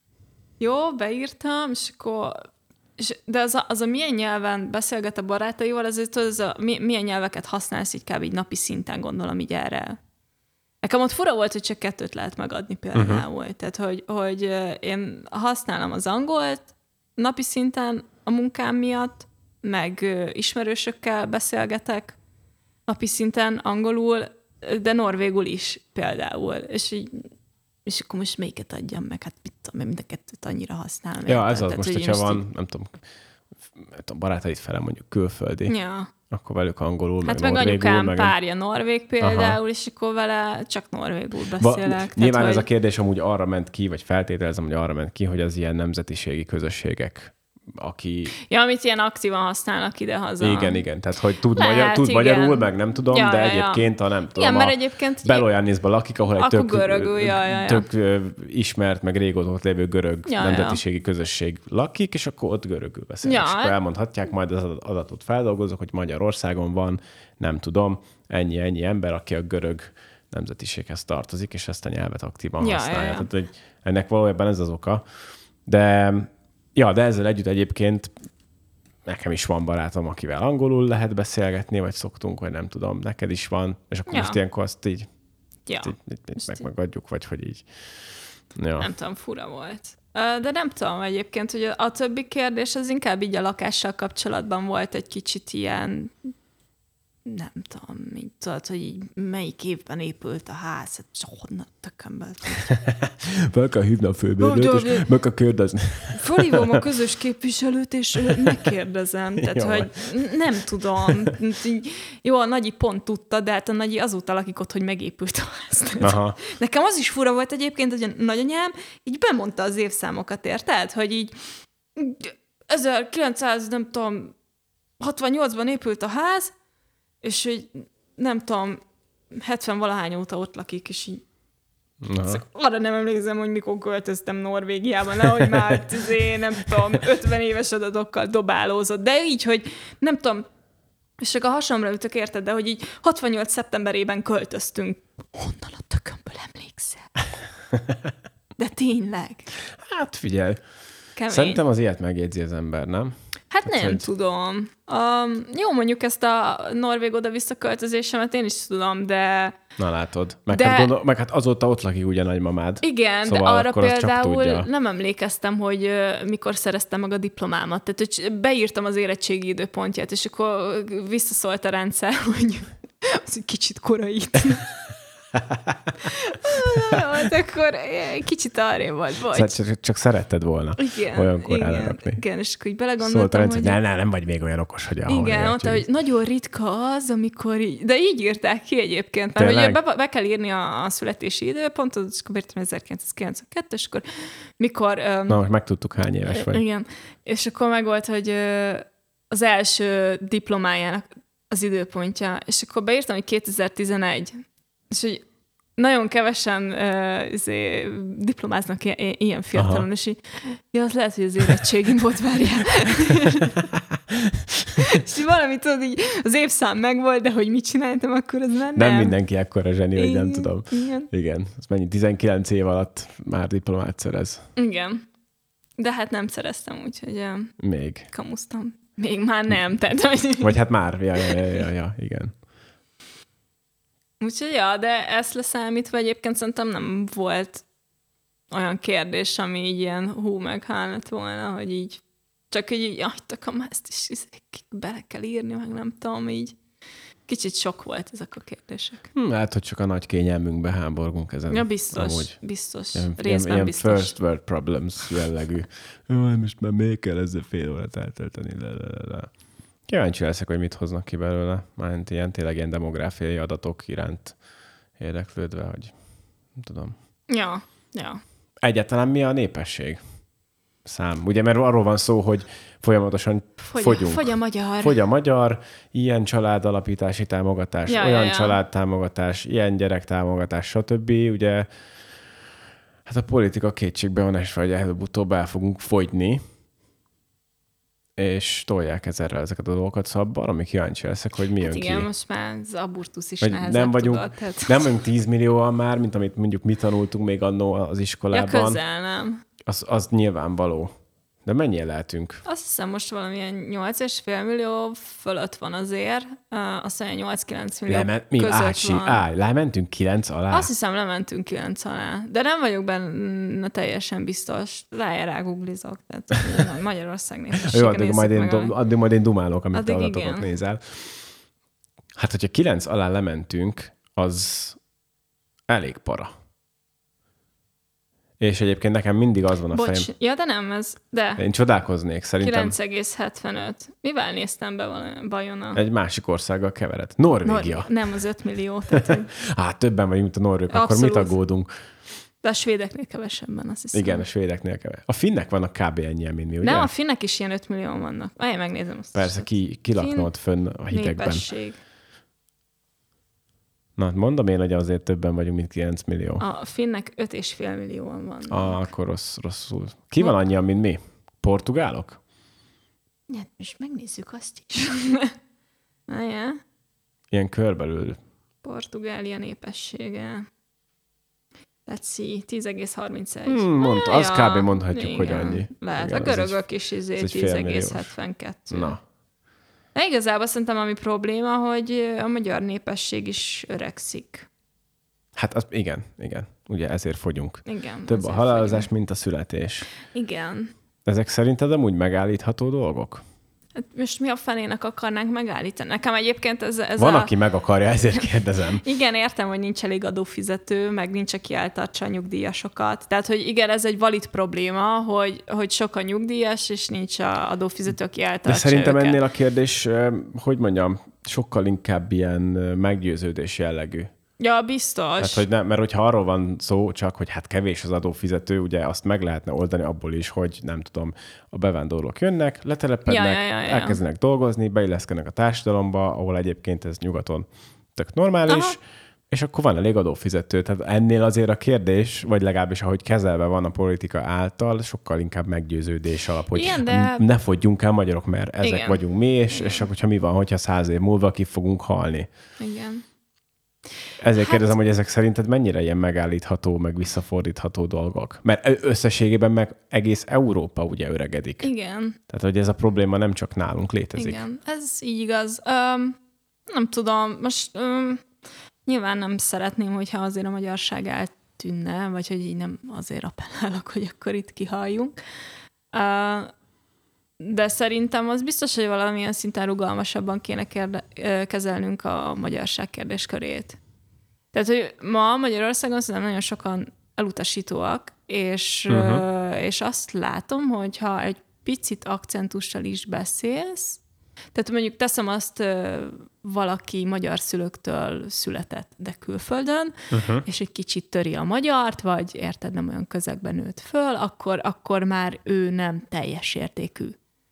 S2: Jó, beírtam, és akkor... És, de az a, az a milyen nyelven beszélget a barátaival, azért az a milyen nyelveket használsz így kb. Így napi szinten, gondolom így erre. Nekem ott fura volt, hogy csak kettőt lehet megadni például. Uh-huh. Tehát, hogy, hogy én használom az angolt napi szinten a munkám miatt, meg ismerősökkel beszélgetek napi szinten angolul, de norvégul is például. És, így, és akkor most melyiket adjam meg? Hát mit tudom, mind a kettőt annyira használom.
S1: Ja, ez az most, hogyha van, így... nem tudom, a barátaid fele mondjuk külföldi, ja. akkor velük angolul,
S2: hát
S1: meg, meg norvégul.
S2: anyukám
S1: meg
S2: párja norvég például, aha. és akkor vele csak norvégul beszélek.
S1: Ba,
S2: tehát,
S1: nyilván
S2: hogy...
S1: ez a kérdés amúgy arra ment ki, vagy feltételezem, hogy arra ment ki, hogy az ilyen nemzetiségi közösségek, aki...
S2: Ja, amit ilyen aktívan használnak ide-haza.
S1: Igen, igen. Tehát, hogy tud, Lehet, magyar, tud magyarul, meg nem tudom, ja, de ja, egyébként, ha nem tudom, igen,
S2: mert egyébként
S1: Belojánészban lakik, ahol egy tök,
S2: görögül, ja, ja, ja.
S1: tök ismert, meg régóta ott lévő görög ja, nemzetiségi ja. közösség lakik, és akkor ott görögül beszél. Ja. És akkor elmondhatják, majd az adatot feldolgozok, hogy Magyarországon van, nem tudom, ennyi-ennyi ember, aki a görög nemzetiséghez tartozik, és ezt a nyelvet aktívan ja, használja. Ja, ja. Tehát, hogy ennek valójában ez az oka. De... Ja, de ezzel együtt egyébként nekem is van barátom, akivel angolul lehet beszélgetni, vagy szoktunk, vagy nem tudom, neked is van, és akkor ja. most ilyenkor azt így, ja. így, így, így meg megadjuk, vagy hogy így. Ja.
S2: Nem tudom, fura volt. De nem tudom egyébként, hogy a többi kérdés az inkább így a lakással kapcsolatban volt egy kicsit ilyen, nem tudom, így tudod, hogy így melyik évben épült a ház, hát honnan tökönből.
S1: Meg kell hívni a főbérlőt, és meg kell kérdezni.
S2: Fölhívom a közös képviselőt, és megkérdezem. Tehát, jó. hogy nem tudom. Jó, a Nagyi pont tudta, de hát a Nagyi azóta lakik ott, hogy megépült a ház. Aha. Nekem az is fura volt egyébként, hogy a nagyanyám így bemondta az évszámokat, érted? Hogy így ezerkilencszáz, nem tudom, hatvannyolcban épült a ház, és hogy nem tudom, hetven valahány óta ott lakik, és így Arra nem emlékszem, hogy mikor költöztem Norvégiában, nehogy már tizé, nem tudom, ötven éves adatokkal dobálózott. De így, hogy nem tudom, és csak a hasamra ütök, érted, de hogy így hatvannyolc szeptemberében költöztünk. Honnan a tökömből emlékszel? De tényleg.
S1: Hát figyelj,
S2: Kemény.
S1: Szerintem az ilyet megjegyzi az ember, nem?
S2: Hát
S1: hát,
S2: nem
S1: hogy...
S2: tudom. Um, jó, mondjuk ezt a norvég oda-vissza költözésemet én is tudom, de...
S1: Na látod. Meg,
S2: de...
S1: hát, gondol... Meg hát azóta ott lakik ugye nagymamád.
S2: Igen,
S1: szóval
S2: de arra például
S1: nem
S2: emlékeztem, hogy uh, mikor szereztem meg a diplomámat. Tehát, hogy beírtam az érettségi időpontját, és akkor visszaszólt a rendszer, hogy az egy kicsit korai. Hát akkor kicsit arrébb volt, vagy.
S1: Csak, csak szeretted volna
S2: igen,
S1: olyan korán
S2: igen,
S1: lerakni.
S2: Igen, és akkor így belegondoltam,
S1: szólt a rendszer,
S2: hogy...
S1: Ne, ne, nem vagy még olyan okos, hogy ahol
S2: igen, mondta, hogy nagyon ritka az, amikor így... De így írták ki egyébként, mert ugye be, be kell írni a, a születési időpontot, és akkor beírtam ezerkilencszázkilencvenkettő, és akkor mikor... Um,
S1: Na, most megtudtuk, hány éves vagy.
S2: Igen, és akkor meg volt, hogy uh, az első diplomájának az időpontja, és akkor beírtam, hogy kétezer-tizenegy. És hogy nagyon kevesen uh, izé, diplomáznak i- ilyen fiatalon, aha. És így, ja, az lehet, hogy az érettségim volt, várjál. És valami, tudod, így az évszám megvolt, de hogy mit csináltam, akkor az már nem.
S1: Nem mindenki ekkora zseni, hogy nem tudom.
S2: Igen.
S1: Igen. Az mennyi? tizenkilenc év alatt már diplomát szerez.
S2: Igen. De hát nem szereztem, úgyhogy uh,
S1: még.
S2: kamusztam. Még már nem. Tehát, hogy...
S1: Vagy hát már. Ja, ja, ja, ja, ja, igen.
S2: Úgyhogy ja, de ezt leszámítva egyébként szerintem nem volt olyan kérdés, ami így ilyen hú meghál lett volna, hogy így csak így, jaj, takom, ezt is bele kell írni, meg nem tudom, így kicsit sok volt ezek a kérdések.
S1: Hm, hát, hogy csak a nagy kényelmünkbe háborgunk ezen.
S2: Ja, biztos,
S1: amúgy.
S2: biztos.
S1: Ilyen,
S2: Részben
S1: ilyen
S2: biztos.
S1: first world problems jellegű. Jaj, most már még kell ezzel fél órát eltölteni. Le, le, le, le. Kíváncsi leszek, hogy mit hoznak ki belőle. Mármint ilyen tényleg ilyen demográfiai adatok iránt érdeklődve, hogy nem tudom.
S2: Ja, ja.
S1: Egyáltalán mi a népesség szám? Ugye, mert arról van szó, hogy folyamatosan
S2: fogy,
S1: fogyunk.
S2: Fogy a magyar.
S1: Fogy a magyar, ilyen családalapítási támogatás,
S2: ja,
S1: olyan
S2: ja, ja.
S1: családtámogatás, ilyen gyerektámogatás, stb. Ugye, hát a politika kétségbe van esve, hogy előbb-utóbb el fogunk fogyni, és tolják ezerrel ezeket a dolgokat, szóval arra még kíváncsi leszek, hogy mi
S2: hát
S1: jön
S2: igen,
S1: ki.
S2: most már az abortusz is
S1: vagy
S2: nehezebb,
S1: nem vagyunk,
S2: tudod. Tehát...
S1: Nem vagyunk tíz millióan már, mint amit mondjuk mi tanultunk még annó az iskolában.
S2: Ja, közel nem.
S1: Az, az nyilvánvaló. De mennyien lehetünk?
S2: Azt hiszem most valamilyen nyolc és fél millió fölött van azért. Uh, azt mondja, nyolc-kilenc millió
S1: Leme- mi?
S2: között
S1: Ácsi,
S2: van.
S1: Áj, lementünk kilenc alá?
S2: Azt hiszem, lementünk kilenc alá. De nem vagyok benne teljesen biztos. Rájel rágooglizok. Tehát Magyarország népessége.
S1: Jó, addig majd, én, do- addig majd én dumálok, amit te adatokat
S2: igen.
S1: nézel. Hát, hogyha kilenc alá lementünk, az elég para. És egyébként nekem mindig az van a
S2: Bocs,
S1: fejem.
S2: ja, de nem ez. De.
S1: Én csodálkoznék, szerintem.
S2: kilenc egész hetvenöt. Mivel néztem be valami bajon a...
S1: Egy másik országgal kevered. Norvégia.
S2: Nor- nem, az öt millió. Tehát, hogy...
S1: Hát többen vagyunk, mint a norvégok, akkor mit aggódunk?
S2: De a svédeknél kevesebben, azt hiszem.
S1: Igen, a svédeknél kevesebben. A finnek vannak kb. Ennyien, mint mi, ugye?
S2: Nem, a finnek is ilyen öt millió vannak. Várj, megnézem azt.
S1: Persze, ki, ki lakna ott fönn a hidegben.
S2: Népesség.
S1: Na, mondom én, hogy azért többen vagyunk, mint kilenc millió.
S2: A finnek öt és fél millióan vannak.
S1: Ah, akkor rossz, rosszul. Ki van annyian, mint mi? Portugálok?
S2: Ja, most megnézzük azt is. Várjál.
S1: Ilyen körbelül.
S2: Portugália népessége. Let's see, tíz egész harmincegy.
S1: Hmm, mond,
S2: ah,
S1: azt
S2: ja.
S1: kb. Mondhatjuk,
S2: Igen.
S1: hogy annyi.
S2: Lehet,
S1: igen,
S2: a görögök is izé tíz egész hetvenkettő.
S1: Na.
S2: De igazából szerintem ami probléma, hogy a magyar népesség is öregszik.
S1: Hát az, igen, igen. Ugye ezért fogyunk.
S2: Igen.
S1: Több a halálozás, mint a születés.
S2: Igen.
S1: Ezek szerinted amúgy megállítható dolgok?
S2: Hát most mi a fenének akarnánk megállítani? Nekem egyébként ez, ez
S1: Van,
S2: a...
S1: aki meg akarja, ezért kérdezem.
S2: Igen, értem, hogy nincs elég adófizető, meg nincs, aki eltartsa a nyugdíjasokat. Tehát, hogy igen, ez egy valid probléma, hogy, hogy sok a nyugdíjas, és nincs a adófizető, aki eltartsa
S1: De szerintem
S2: őket.
S1: ennél a kérdés, hogy mondjam, sokkal inkább ilyen meggyőződés jellegű.
S2: Ja, biztos.
S1: Tehát, hogy nem, mert hogyha arról van szó csak, hogy hát kevés az adófizető, ugye azt meg lehetne oldani abból is, hogy nem tudom, a bevándorlók jönnek, letelepednek,
S2: ja, ja, ja, ja.
S1: elkezdenek dolgozni, beilleszkednek a társadalomba, ahol egyébként ez nyugaton tök normális, aha. És akkor van elég adófizető. Tehát ennél azért a kérdés, vagy legalábbis ahogy kezelve van a politika által, sokkal inkább meggyőződés alap, hogy
S2: igen, de...
S1: ne fogyjunk el magyarok, mert ezek
S2: igen.
S1: vagyunk mi, és, és akkor, hogyha mi van, hogyha száz év múlva ki fogunk halni.
S2: Igen.
S1: Ezért
S2: Hát...
S1: kérdezem, hogy ezek szerinted mennyire ilyen megállítható, meg visszafordítható dolgok? Mert összességében meg egész Európa ugye öregedik.
S2: Igen.
S1: Tehát, hogy ez a probléma nem csak nálunk létezik.
S2: Igen, ez így igaz. Um, nem tudom, most um, nyilván nem szeretném, hogyha azért a magyarság eltűnne, vagy hogy így nem azért appellálok, hogy akkor itt kihalljunk. Uh, de szerintem az biztos, hogy valamilyen szinten rugalmasabban kéne kérde- kezelnünk a magyarság kérdéskörét. Tehát, hogy ma Magyarországon szerintem nagyon sokan elutasítóak, és, uh-huh. és azt látom, hogy ha egy picit akcentussal is beszélsz, tehát mondjuk teszem azt, valaki magyar szülőktől született, de külföldön, uh-huh. és egy kicsit töri a magyart, vagy érted, nem olyan közegben nőtt föl, akkor, akkor már ő nem teljes értékű.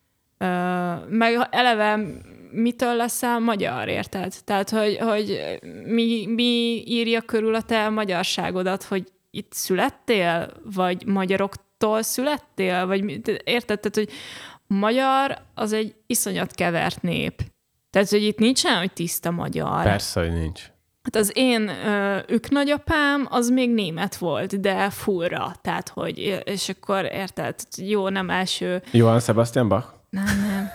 S2: Meg eleve mitől leszel magyar, érted? Tehát, hogy, hogy mi, mi írja körül a te magyarságodat, hogy itt születtél, vagy magyaroktól születtél, vagy érted? Tehát, hogy magyar az egy iszonyat kevert nép. Tehát, hogy itt nincsen, hogy tiszta magyar.
S1: Persze, hogy nincs.
S2: Hát az én ö, ők nagyapám, az még német volt, de fullra. Tehát, hogy, és akkor érted, jó, nem első...
S1: Johann Sebastian Bach?
S2: Nem, nem.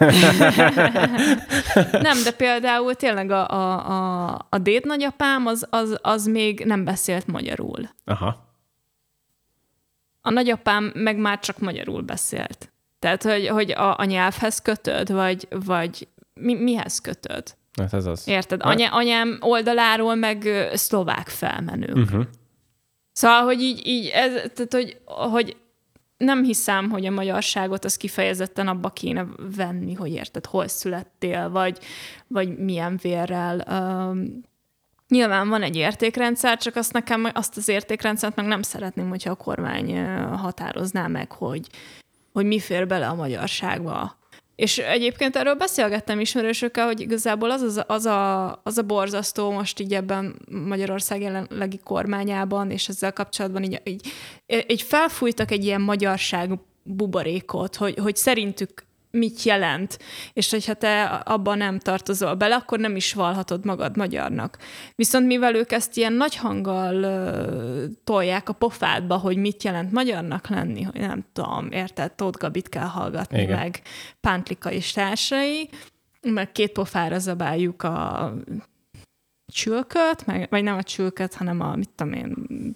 S2: Nem, de például tényleg a, a, a, a déd nagyapám az, az, az még nem beszélt magyarul.
S1: Aha.
S2: A nagyapám meg már csak magyarul beszélt. Tehát, hogy, hogy a, a nyelvhez kötöd, vagy, vagy mi, mihez kötöd?
S1: Hát ez az.
S2: Érted? Anya, anyám oldaláról meg szlovák felmenők.
S1: Uh-huh.
S2: Szóval, hogy így, így ez, tehát, hogy, hogy nem hiszem, hogy a magyarságot az kifejezetten abba kéne venni, hogy érted, hol születtél, vagy, vagy milyen vérrel. Um, nyilván van egy értékrendszer, csak azt nekem azt az értékrendszert meg nem szeretném, hogyha a kormány határozná meg, hogy, hogy mi fér bele a magyarságba. És egyébként erről beszélgettem ismerősökkel, hogy igazából az, az, az, a, az a borzasztó most így ebben Magyarország jelenlegi kormányában, és ezzel kapcsolatban így, így, így felfújtak egy ilyen magyarság buborékot, hogy, hogy szerintük mit jelent, és hogyha te abban nem tartozol bele, akkor nem is vallhatod magad magyarnak. Viszont mivel ők ezt ilyen nagy hanggal uh, tolják a pofádba, hogy mit jelent magyarnak lenni, hogy nem tudom, érted, Tóth Gabit kell hallgatni, igen. Meg Pántlika és társai, meg két pofára zabáljuk a csülköt, meg, vagy nem a csülköt, hanem a, mit tudom én,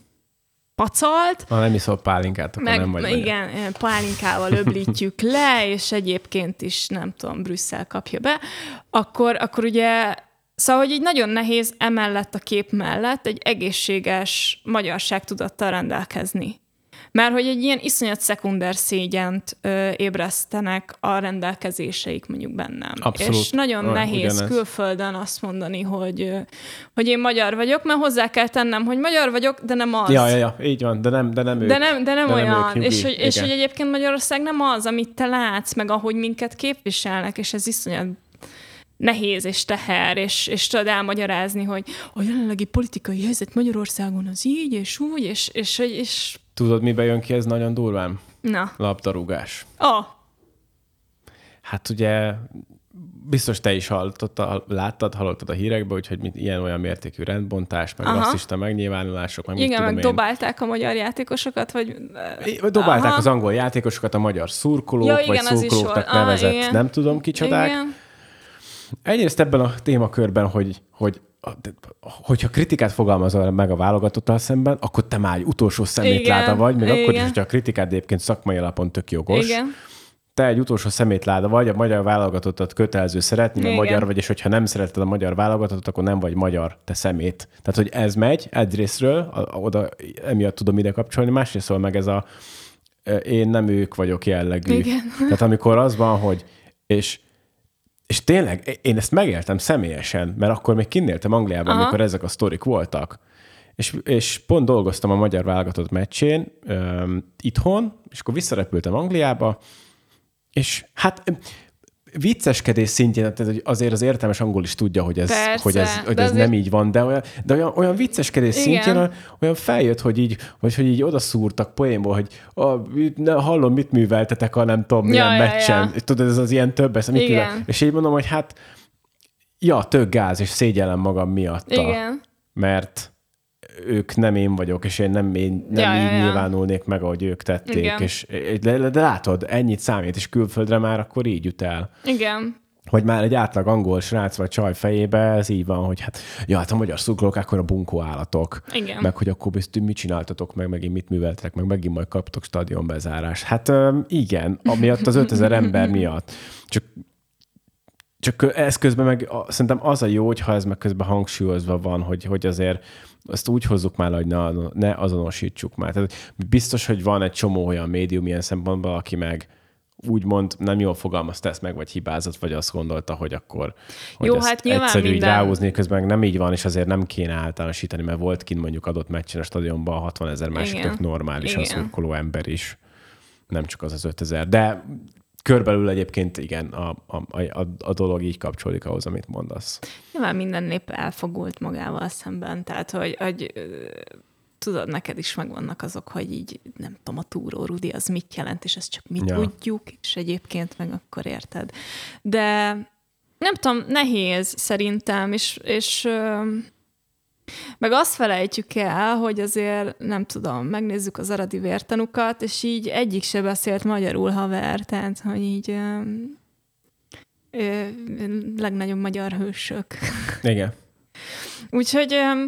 S2: pacalt.
S1: Ha nem iszol pálinkát, akkor
S2: meg,
S1: nem vagy
S2: igen, magyar. Pálinkával öblítjük le, és egyébként is, nem tudom, Brüsszel kapja be, akkor, akkor ugye, szóval, hogy így nagyon nehéz emellett a kép mellett egy egészséges magyarságtudattal rendelkezni. Mert hogy egy ilyen iszonyat szekunder szégyent ö, ébresztenek a rendelkezéseik mondjuk bennem.
S1: Abszolút.
S2: És nagyon
S1: Olyan,
S2: nehéz
S1: ugyanez.
S2: Külföldön azt mondani, hogy, hogy én magyar vagyok, mert hozzá kell tennem, hogy magyar vagyok, de nem az.
S1: Ja, ja, ja, így van, de nem, de nem ők.
S2: De nem, de nem
S1: de
S2: olyan.
S1: Nem ők,
S2: és, hogy, és hogy egyébként Magyarország nem az, amit te látsz, meg ahogy minket képviselnek, és ez iszonyat nehéz és teher, és, és tudod elmagyarázni, hogy a jelenlegi politikai helyzet Magyarországon az így, és úgy, és, és, és
S1: tudod, mibe jön ki ez nagyon durván?
S2: Na.
S1: Labdarúgás.
S2: Oh.
S1: Hát ugye biztos te is hallottad, láttad, hallottad a hírekbe, úgyhogy mit, ilyen-olyan mértékű rendbontás, meg
S2: aha.
S1: rasszista megnyilvánulások. Meg
S2: igen, meg
S1: én.
S2: dobálták a magyar játékosokat, vagy...
S1: Dobálták
S2: aha.
S1: az angol játékosokat a magyar szurkolók,
S2: ja, igen,
S1: vagy szurkolóknak nevezett, ah, nem tudom kicsodák. Igen. Egyrészt ebben a témakörben, hogy, hogy hogyha kritikát fogalmazol meg a válogatottal szemben, akkor te már utolsó szemétláda vagy, még igen. Akkor is, hogyha a kritikát egyébként szakmai alapon tök jogos.
S2: Igen.
S1: Te egy utolsó szemétláda vagy, a magyar válogatottat kötelező szeretni, mert magyar vagy, és hogyha nem szereted a magyar válogatottat, akkor nem vagy magyar, te szemét. Tehát, hogy ez megy egyrésztről, oda emiatt tudom ide kapcsolni, másrésztről meg ez a én nem ők vagyok jellegű.
S2: Igen.
S1: Tehát amikor az van, hogy és És tényleg, én ezt megéltem személyesen, mert akkor még kinn éltem Angliában, aha. amikor ezek a sztorik voltak. És, és pont dolgoztam a magyar válogatott meccsén um, itthon, és akkor visszarepültem Angliába, és hát vicceskedés szintjén, tehát azért az értelmes angol is tudja, hogy ez,
S2: Persze,
S1: hogy ez, hogy ez
S2: azért...
S1: nem így van, de olyan, de olyan, olyan vicceskedés
S2: Igen.
S1: szintjén olyan feljött, hogy így, vagy hogy így odaszúrtak poénból, hogy ah, ne, hallom, mit műveltetek a nem tudom, milyen
S2: ja,
S1: meccsen.
S2: Ja, ja.
S1: Tudod, ez az ilyen több, ez, mit művel? És így mondom, hogy hát ja, tök gáz, és szégyellem magam miatta.
S2: Igen.
S1: Mert ők nem én vagyok, és én nem, én nem
S2: ja,
S1: így
S2: ja, ja.
S1: nyilvánulnék meg, ahogy ők tették.
S2: Igen.
S1: És, de, de látod, ennyit számít, és külföldre már akkor így jut el.
S2: Igen.
S1: Hogy már egy átlag angol srác vagy csaj fejébe ez így van, hogy hát, ja, hát a magyar szurkolók akkor a bunkó állatok.
S2: Igen.
S1: Meg hogy akkor biztos, mit csináltatok meg, megint mit műveltek meg, megint majd kaptok stadionbezárás. Hát um, igen, amiatt az ötezer ember miatt. Csak Csak ez közben meg szerintem az a jó, hogyha ez meg közben hangsúlyozva van, hogy, hogy azért azt úgy hozzuk már, hogy ne, ne azonosítsuk már. Tehát biztos, hogy van egy csomó olyan médium ilyen szempontból, aki meg úgymond nem jól fogalmazta ezt meg, vagy hibázott, vagy azt gondolta, hogy akkor hogy
S2: jó,
S1: ezt
S2: hát nyilván
S1: egyszerű
S2: minden...
S1: így ráhúzni, közben meg nem így van, és azért nem kéne általánosítani, mert volt kint mondjuk adott meccsen a stadionban hatvanezer másik tök normálisan szurkoló ember is. Nem csak az az ötezer. De körbelül egyébként igen, a, a, a, a dolog így kapcsolódik ahhoz, amit mondasz.
S2: Nyilván minden nép elfogult magával szemben, tehát hogy, hogy tudod, neked is megvannak azok, hogy így nem tudom, a túró Rudi az mit jelent, és ezt csak mi ja. tudjuk, és egyébként meg akkor érted. De nem tudom, nehéz szerintem, és, és meg azt felejtjük el, hogy azért, nem tudom, megnézzük az aradi vértanukat, és így egyik se beszélt magyarul haver, tehát, hogy így ö, ö, legnagyobb magyar hősök.
S1: Igen.
S2: Úgyhogy ö,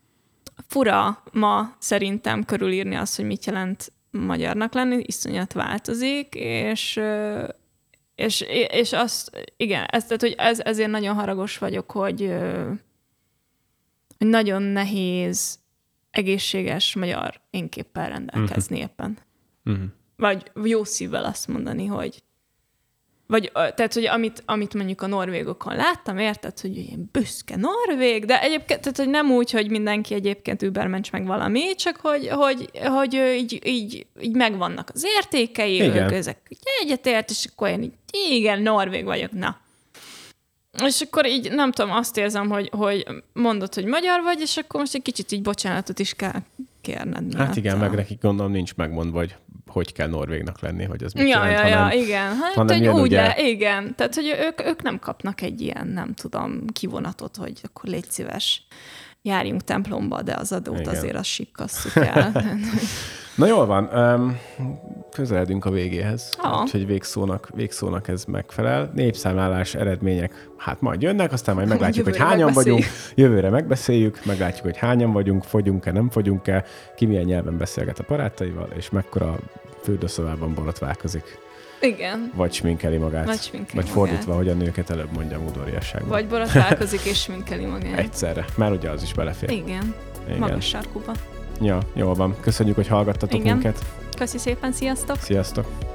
S2: fura ma szerintem körülírni azt, hogy mit jelent magyarnak lenni, iszonyat változik, és, ö, és, és azt, igen, ez, tehát, hogy ez, ezért nagyon haragos vagyok, hogy ö, hogy nagyon nehéz egészséges magyar énképpel rendelkezni uh-huh. éppen. Uh-huh. Vagy jó szívvel azt mondani, hogy vagy, tehát, hogy amit, amit mondjuk a norvégokon láttam, érted, hogy ilyen büszke norvég, de egyébként, tehát, hogy nem úgy, hogy mindenki egyébként übermencs meg valami, csak hogy, hogy, hogy így, így, így megvannak az értékei, ők ezek egyetért, és akkor én így, igen, norvég vagyok, na. És akkor így, nem tudom, azt érzem, hogy, hogy mondod, hogy magyar vagy, és akkor most egy kicsit így bocsánatot is kell kérned.
S1: Hát igen, a... meg nekik gondolom nincs megmondva, hogy hogy kell norvégnak lenni, hogy ez mit
S2: ja,
S1: jelent,
S2: ja,
S1: hanem,
S2: ja, igen. Hát,
S1: hanem
S2: hogy úgy
S1: ugye...
S2: le, igen. Tehát, hogy ők, ők nem kapnak egy ilyen, nem tudom, kivonatot, hogy akkor légy szíves, járjunk templomba, de az adót igen. azért azt sikkasszuk el.
S1: Na jól van, közeledünk a végéhez,
S2: ah.
S1: úgyhogy végszónak, végszónak ez megfelel. Népszámlálás eredmények, hát majd jönnek, aztán majd meglátjuk, hogy hányan vagyunk. Jövőre megbeszéljük, meglátjuk, hogy hányan vagyunk, fogyunk-e, nem fogyunk-e, ki milyen nyelven beszélget a barátaival, és mekkora fürdőszobában borotválkozik.
S2: Igen.
S1: Vagy sminkeli magát.
S2: Vagy, sminkeli
S1: Vagy fordítva, magát. Hogy a nőket előbb mondjam udvariasságban.
S2: Vagy borotválkozik és sminkeli magát.
S1: Egyszerre, mert ugye az is belefér.
S2: Igen, Igen. magas sarkuba.
S1: Ja, jól van. Köszönjük, hogy hallgattatok
S2: Igen.
S1: minket.
S2: Köszi szépen, sziasztok!
S1: Sziasztok!